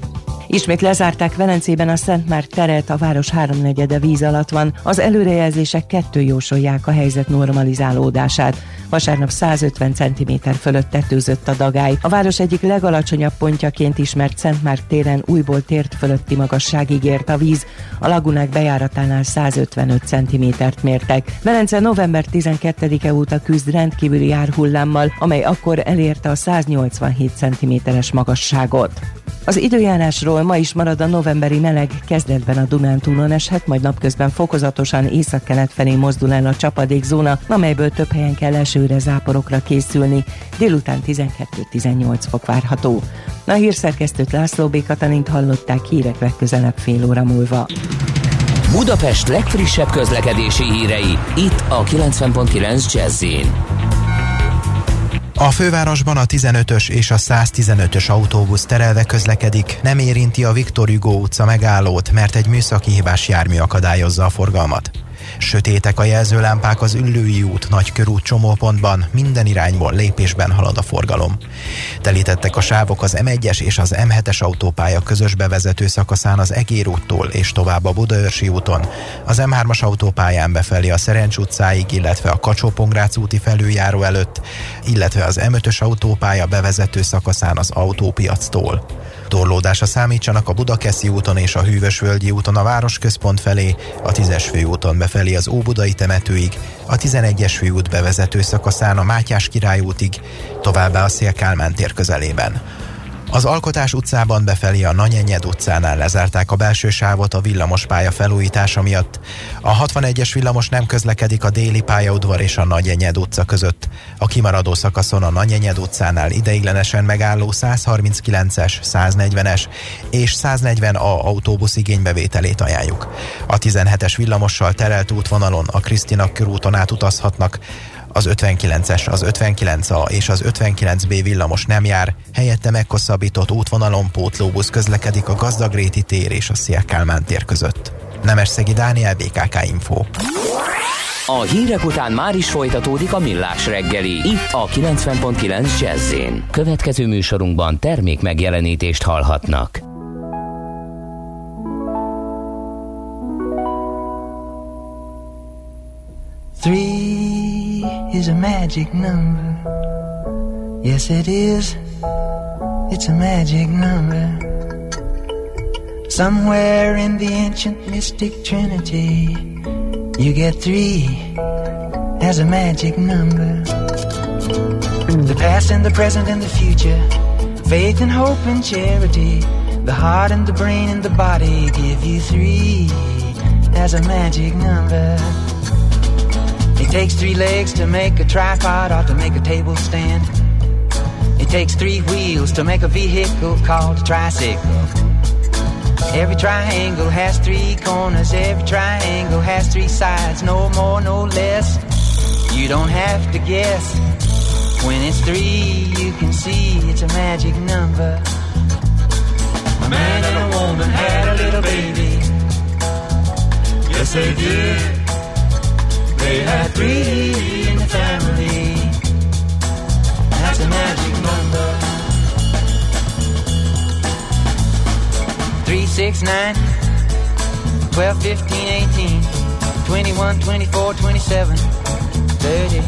Ismét lezárták Velencében a Szent Márk teret, a város háromnegyede víz alatt van, az előrejelzések 2 jósolják a helyzet normalizálódását. Vasárnap 150 cm fölött tetőzött a dagály. A város egyik legalacsonyabb pontjaként ismert Szent Márk téren újból tért fölötti magasságig ért a víz. A lagunák bejáratánál 155 cm-t mértek. Velence november 12-e óta küzd rendkívüli árhullámmal, amely akkor elérte a 187 cm-es magasságot. Az időjárásról: ma is marad a novemberi meleg, kezdetben a Dunántúlon eshet, majd napközben fokozatosan északkelet felé mozdul el a csapadékzóna, amelyből több helyen kell esőre, záporokra készülni. Délután 12-18 fok várható. A hírszerkesztőt, László B. Katalint hallották, hírek legközelebb fél óra múlva. Budapest legfrissebb közlekedési hírei, itt a 90.9 Jazz-in. A fővárosban a 15-ös és a 115-ös autóbusz terelve közlekedik, nem érinti a Viktor Hugo utca megállót, mert egy műszaki hibás jármű akadályozza a forgalmat. Sötétek a jelzőlámpák az Üllői út, Nagykörút csomópontban, minden irányból lépésben halad a forgalom. Telítettek a sávok az M1-es és az M7-es autópálya közös bevezető szakaszán az Egér úttól és tovább a Budaörsi úton, az M3-as autópályán befelé a Szerencs utcáig, illetve a Kacsó-Pongrác úti felüljáró előtt, illetve az M5-ös autópálya bevezető szakaszán az autópiactól. Torlódásra számítsanak a Budakeszi úton és a Hűvösvölgyi úton a városközpont felé, a 10-es főúton befelé az Óbudai temetőig, a 11-es főút bevezető szakaszán a Mátyás király útig, továbbá a Széll Kálmán tér közelében. Az Alkotás utcában befelé a Nagyenyed utcánál lezárták a belső sávot a villamospálya felújítása miatt. A 61-es villamos nem közlekedik a Déli pályaudvar és a Nagyenyed utca között. A kimaradó szakaszon a Nagyenyed utcánál ideiglenesen megálló 139-es, 140-es és 140A autóbusz igénybevételét ajánljuk. A 17-es villamossal terelt útvonalon a Krisztina körúton át utazhatnak. Az 59-es, az 59A és az 59B villamos nem jár, helyette meghosszabbított útvonalon pótlóbusz közlekedik a Gazdagréti tér és a Széll Kálmán tér között. Nemesszegi Dániel, BKK Info. A hírek után már is folytatódik a Millás reggeli, itt a 90.9 Jazz-én. Következő műsorunkban termék megjelenítést hallhatnak. Three is a magic number. Yes, it is. It's a magic number. Somewhere in the ancient mystic trinity, you get three as a magic number. The past and the present and the future, faith and hope and charity, the heart and the brain and the body give you three as a magic number. It takes three legs to make a tripod or to make a table stand. It takes three wheels to make a vehicle called a tricycle. Every triangle has three corners, every triangle has three sides, no more, no less. You don't have to guess. When it's three, you can see it's a magic number. A man and a woman had a little baby. Yes, they did. They had three in the family. That's a magic number. 3, 6, 9, 12, 15, 18, 21, 24, 27, 30.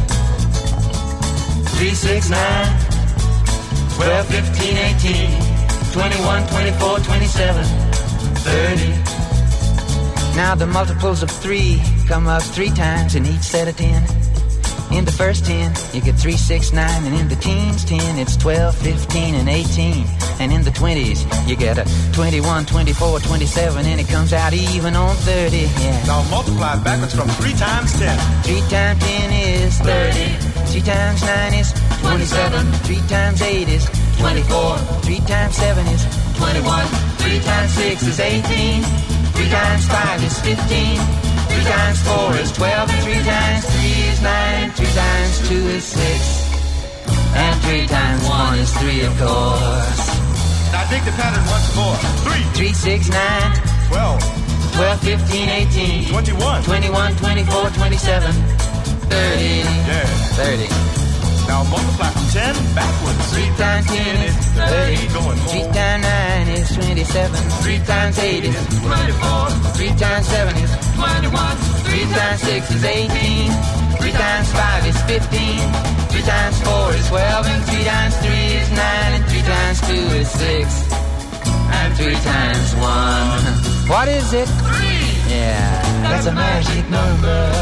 3, 6, 9, 12, 15, 18, 21, 24, 27, 30. Now the multiples of 3 come up 3 times in each set of 10. In the first 10, you get 3, 6, 9, and in the teens 10, it's 12, 15, and 18. And in the 20s, you get a 21, 24, 27, and it comes out even on 30, yeah. Now multiply backwards from 3 times 10. 3 times 10 is 30. 3 times 9 is 27. 3 times 8 is 24. 3 times 7 is 21. 3 times 6 is 18. 3 times 5 is 15. 3 times 4 is 12. And 3 times 3 is 9. 3 times 2 is 6. And 3 times 1 is 3, of course. Now dig the pattern once more. 3, 6, 9, 12, 12, 15, 18, 21, 21, 24, 27, 30. Yeah. 30. Now multiply from 10 backwards. 3 times 10 is 30. Going 3 times 9 is 27. 3 times 8 is 24. 3 times 7 is 21. 3 times 6 is 18. 3 times 5 is 15. 3 times 4 is 12. And 3 times 3 is 9. And 3 times 2 is 6. And 3 times 1. What is it? 3. Yeah, that's a magic number.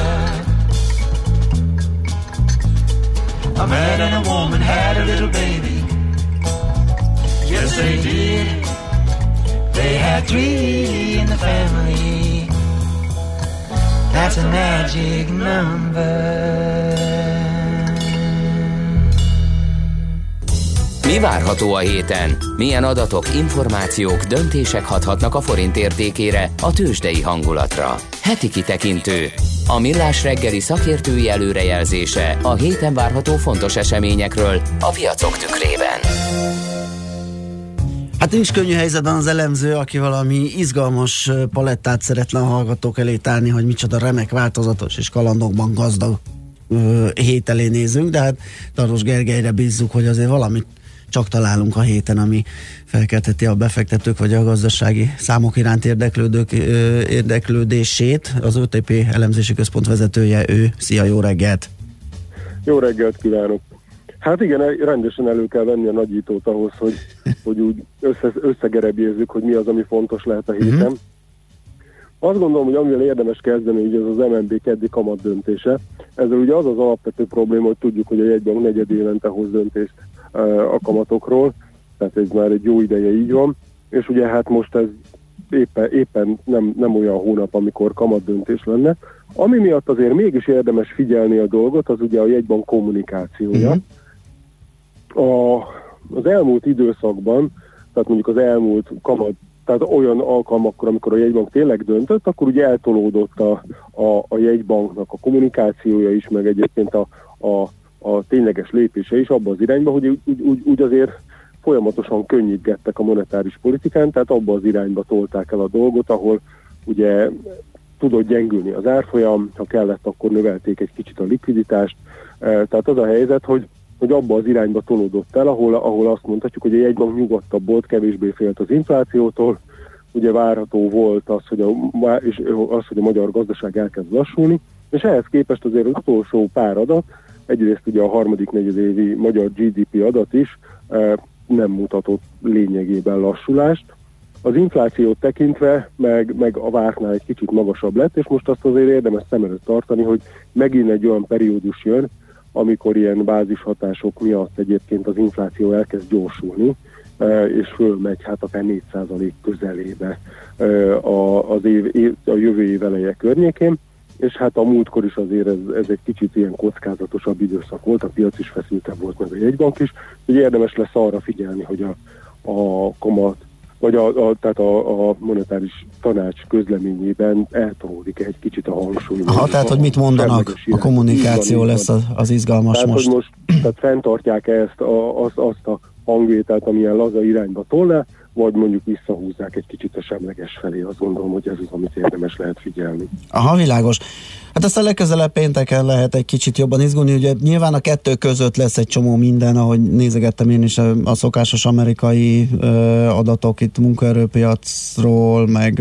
A man and a woman had a little baby. Yes, they did. They had 3 in the family. That's a magic number. Mi várható a héten? Milyen adatok, információk, döntések hathatnak a forint értékére, a tőzsdei hangulatra? Heti kitekintő. A Millás reggeli szakértői előrejelzése a héten várható fontos eseményekről a piacok tükrében. Hát nincs könnyű helyzetben az elemző, aki valami izgalmas palettát szeretne a hallgatók elé tárni, hogy micsoda remek, változatos és kalandokban gazdag hét elé nézünk, de hát Tardos Gergelyre bízzuk, hogy azért valamit csak találunk a héten, ami felkeltheti a befektetők vagy a gazdasági számok iránt érdeklődők érdeklődését. Az OTP elemzési központ vezetője ő. Szia, jó reggelt! Jó reggelt kívánok! Hát igen, rendesen elő kell venni a nagyítót ahhoz, hogy úgy összegerebjézzük, hogy mi az, ami fontos lehet a héten. Azt gondolom, hogy amivel érdemes kezdeni, hogy ez az MNB keddi kamat döntése. Ezzel ugye az az alapvető probléma, hogy tudjuk, hogy a jegybank negyed évente hoz döntést a kamatokról, tehát ez már egy jó ideje így van, és ugye hát most ez éppen nem olyan hónap, amikor kamatdöntés lenne. Ami miatt azért mégis érdemes figyelni a dolgot, az ugye a jegybank kommunikációja. Az elmúlt időszakban, tehát mondjuk az elmúlt kamat, tehát olyan alkalmakkor, amikor a jegybank tényleg döntött, akkor ugye eltolódott a jegybanknak a kommunikációja is, meg egyébként a tényleges lépése is abba az irányba, hogy úgy azért folyamatosan könnyítgettek a monetáris politikán, tehát abba az irányba tolták el a dolgot, ahol ugye tudott gyengülni az árfolyam, ha kellett, akkor növelték egy kicsit a likviditást. Tehát az a helyzet, hogy abba az irányba tolódott el, ahol azt mondhatjuk, hogy a jegybank nyugodtabb volt, kevésbé félt az inflációtól, ugye várható volt az, hogy a magyar gazdaság elkezd lassulni, és ehhez képest azért az utolsó pár adat, egyrészt ugye a harmadik negyedévi magyar GDP adat is nem mutatott lényegében lassulást. Az inflációt tekintve meg a vártnál egy kicsit magasabb lett, és most azt azért érdemes szem előtt tartani, hogy megint egy olyan periódus jön, amikor ilyen bázishatások miatt egyébként az infláció elkezd gyorsulni, és fölmegy hát akár 4% közelébe a jövő év eleje környékén, és hát a múltkor is azért ez egy kicsit ilyen kockázatosabb időszak volt, a piac is feszültebb volt, meg a jegybank is, hogy érdemes lesz arra figyelni, hogy a kamat, vagy tehát a monetáris tanács közleményében eltolódik egy kicsit a hangsúly. Tehát, hogy mit mondanak, a kommunikáció lesz az izgalmas tehát, most. Hogy most tehát fenntartják azt a hangvételt, amilyen laza irányba tolna, vagy mondjuk visszahúzzák egy kicsit a semleges felé. Azt gondolom, hogy ez az, amit érdemes lehet figyelni. Aha, világos. Hát aztán legközelebb pénteken lehet egy kicsit jobban izgulni, ugye nyilván a kettő között lesz egy csomó minden, ahogy nézegettem én is a szokásos amerikai adatok itt munkaerőpiacról, meg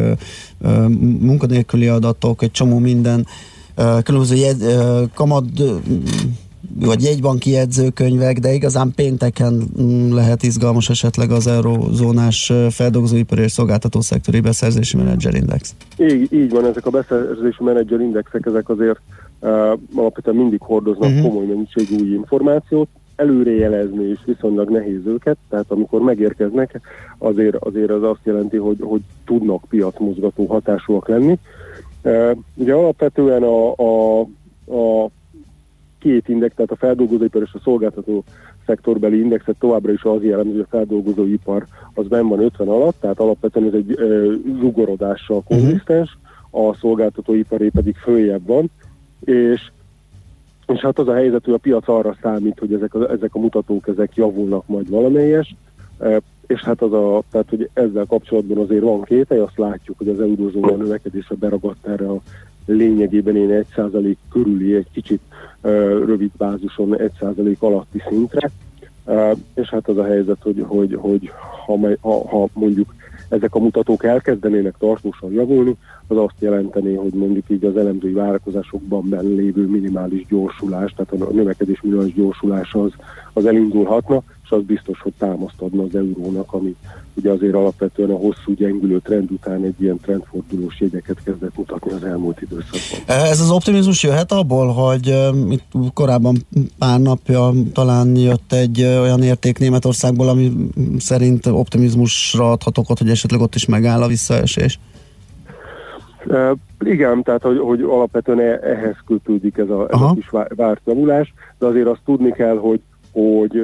munkanélküli adatok, egy csomó minden, különböző kamat vagy jegybanki jegyzőkönyvek, de igazán pénteken lehet izgalmas esetleg az eurozónás feldolgozóipari és szolgáltatószektori beszerzési menedzserindex. Így van, ezek a beszerzési menedzserindexek, ezek azért alapvetően mindig hordoznak komoly mennyiségű új információt, előrejelezni is viszonylag nehéz őket, tehát amikor megérkeznek, azért az azt jelenti, hogy tudnak piacmozgató hatásúak lenni. Ugye alapvetően a két index, tehát a feldolgozóipar és a szolgáltató szektorbeli indexet továbbra is az jelent, hogy a feldolgozóipar az benn van 50 alatt, tehát alapvetően ez egy zsugorodással konzisztens, a szolgáltatóiparé pedig följebb van, és hát az a helyzet, hogy a piac arra számít, hogy ezek a mutatók ezek javulnak majd valamelyest, és hát tehát, hogy ezzel kapcsolatban azért van kételj, azt látjuk, hogy az eurozóna növekedése beragadt erre a lényegében én 1% körüli, egy kicsit rövid bázison 1% alatti szintre, és hát az a helyzet, hogy ha mondjuk ezek a mutatók elkezdenének tartósan javulni, az azt jelenteni, hogy mondjuk így az elemzői várakozásokban benn lévő minimális gyorsulás, tehát a növekedés minimális gyorsulás az elindulhatna, és az biztos, hogy támaszt adna az eurónak, ami ugye azért alapvetően a hosszú gyengülő trend után egy ilyen trendfordulós jegyeket kezdett mutatni az elmúlt időszakban. Ez az optimizmus jöhet abból, hogy itt korábban pár napja talán jött egy olyan érték Németországból, ami szerint optimizmusra adhat okot, hogy esetleg ott is megáll a visszaesés? Igen, tehát hogy alapvetően ehhez kötődik ez a kis várt javulás, de azért azt tudni kell, hogy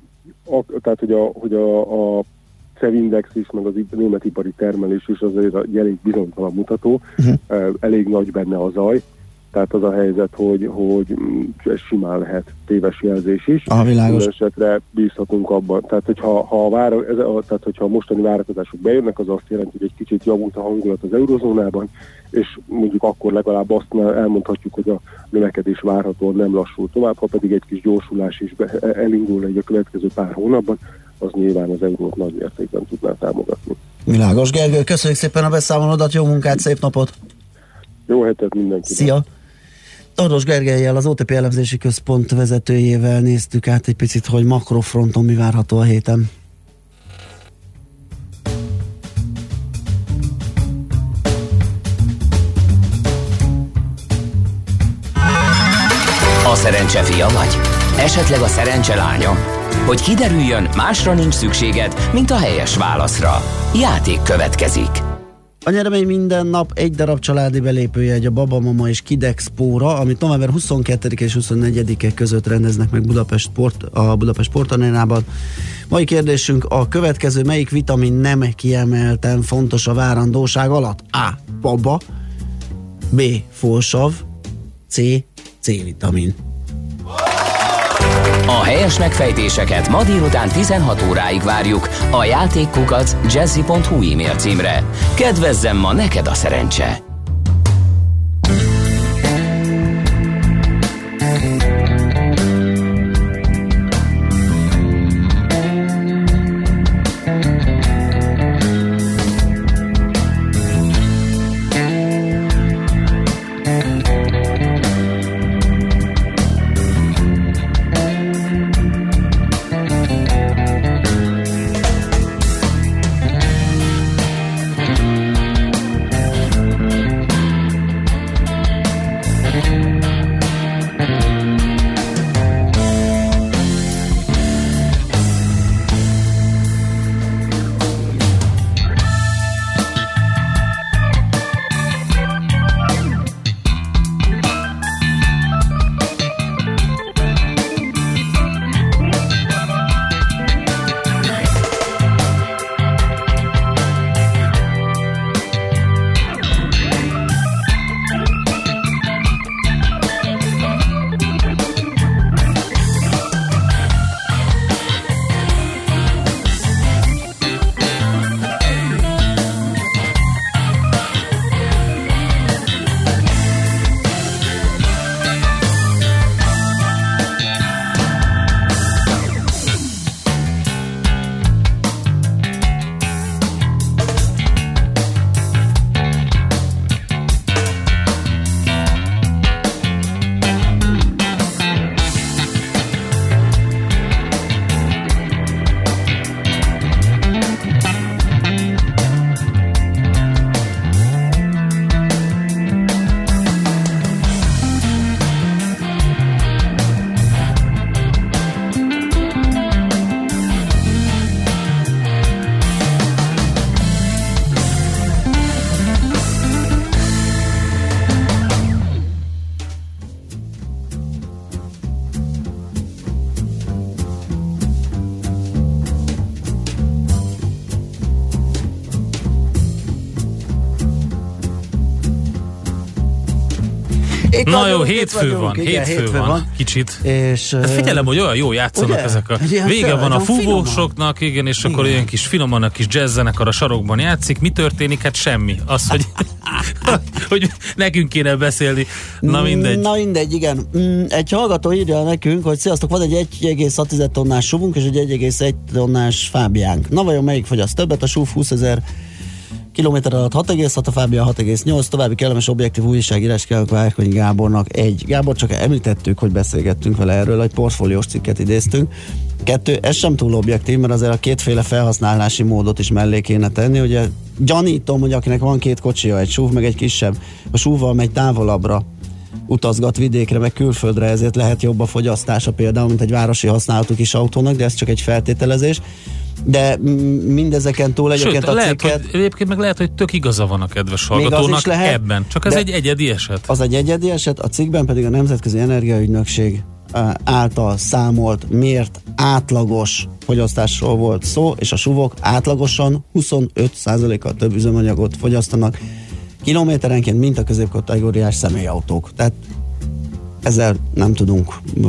a CEV-index is, meg az német ipari termelés is azért egy elég bizonytalan mutató, elég nagy benne a zaj, tehát az a helyzet, hogy ez simán lehet téves jelzés is. Minden esetre bízhatunk abban. Tehát, hogyha a mostani várakozások bejönnek, az azt jelenti, hogy egy kicsit javult a hangulat az eurozónában, és mondjuk akkor legalább azt elmondhatjuk, hogy a növekedés várhatóan nem lassul tovább, ha pedig egy kis gyorsulás is elindulna egy a következő pár hónapban, az nyilván az eurót nagy mértékben tudná támogatni. Világos. Gergő, köszönjük szépen a beszámolódat, jó munkát, szép napot! Jó hetet mindenkinek! Szia! Tardos Gergellyel, az OTP elemzési központ vezetőjével néztük át egy picit, hogy makrofronton mi várható a héten. A szerencse fia vagy? Esetleg a szerencse lánya? Hogy kiderüljön, másra nincs szükséged, mint a helyes válaszra. Játék következik. A nyeremény minden nap egy darab családi belépőjegy a Baba Mama és Kid Expo-ra, amit november 22 és 24-e között rendeznek meg a Budapest Sportarénában. Mai kérdésünk a következő: melyik vitamin nem kiemelten fontos a várandóság alatt? A. Baba, B. Folsav, C. C-vitamin. A helyes megfejtéseket ma délután 16 óráig várjuk a játékkukac@jazzy.hu e-mail címre. Kedvezzem ma neked a szerencse! Na jó, hétfő van, kicsit. És, figyelem, hogy olyan jó játszanak ugye? Ezek a... Vége van a fúvósoknak, igen, és akkor ilyen kis finoman a kis jazzzenekar a sarokban játszik. Mi történik? Hát semmi. Az, hogy nekünk kéne beszélni. Na mindegy, igen. Egy hallgató írja nekünk, hogy sziasztok, van egy 1,6 tonnás SUV-unk és egy 1,1 tonnás Fábiánk. Na vajon melyik fogyaszt többet? A SUV 20 000 kilométer alatt 6,6, a Fábia 6,8, további kellemes objektív újságírás kívánok Várkonyi Gábornak. 1. Gábor, csak említettük, hogy beszélgettünk vele erről, egy portfóliós cikket idéztünk. 2. Ez sem túl objektív, mert azért a kétféle felhasználási módot is mellé kéne tenni. Ugye gyanítom, hogy akinek van két kocsija, egy SUV, meg egy kisebb, a SUV-val megy távolabbra, utazgat vidékre, meg külföldre, ezért lehet jobb a fogyasztása például, mint egy városi használatú kis autónak, de ez csak egy feltételezés. De mindezeken túl egyébként a cikket... Egyébként meg lehet, hogy tök igaza van a kedves hallgatónak ebben. Csak ez egy egyedi eset. Az egy egyedi eset, a cikkben pedig a Nemzetközi Energiaügynökség által számolt, mért átlagos fogyasztásról volt szó, és a SUV-ok átlagosan 25%-kal több üzemanyagot fogyasztanak kilométerenként, mint a középkategóriás személyautók. Tehát ezzel nem tudunk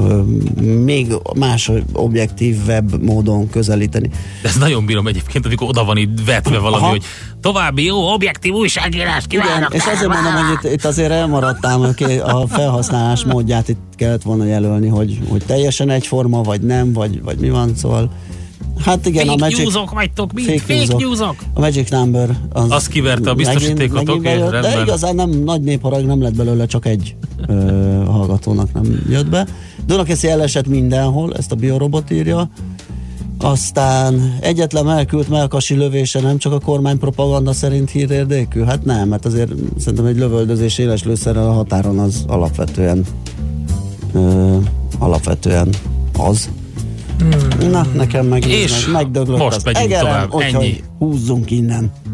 még más objektívebb módon közelíteni. Ez nagyon bírom egyébként, amikor oda van itt vetve valami, hogy további jó objektív újságírást kívánok. És azért mondom, hogy itt azért elmaradtál, a felhasználás módját itt kellett volna jelölni, hogy teljesen egyforma, vagy nem, vagy mi van, szóval hát igen, fake newsok vagytok, fake newsok. A Magic Number az kiverte a biztosítékot, oké, rendben. De igazán nem nagy népharag, nem lett belőle, csak egy hallgatónak nem jött be. Dunakeszi elesett mindenhol, ezt a biorobot írja. Aztán egyetlen melkült melkasi lövése nem csak a kormány propaganda szerint hírérdekű? Hát nem, mert azért szerintem egy lövöldözés éles lőszerrel a határon az alapvetően Az. Na, nekem megdöglött most az megyünk egerem, tovább. úgyhogy Ennyi. húzzunk innen.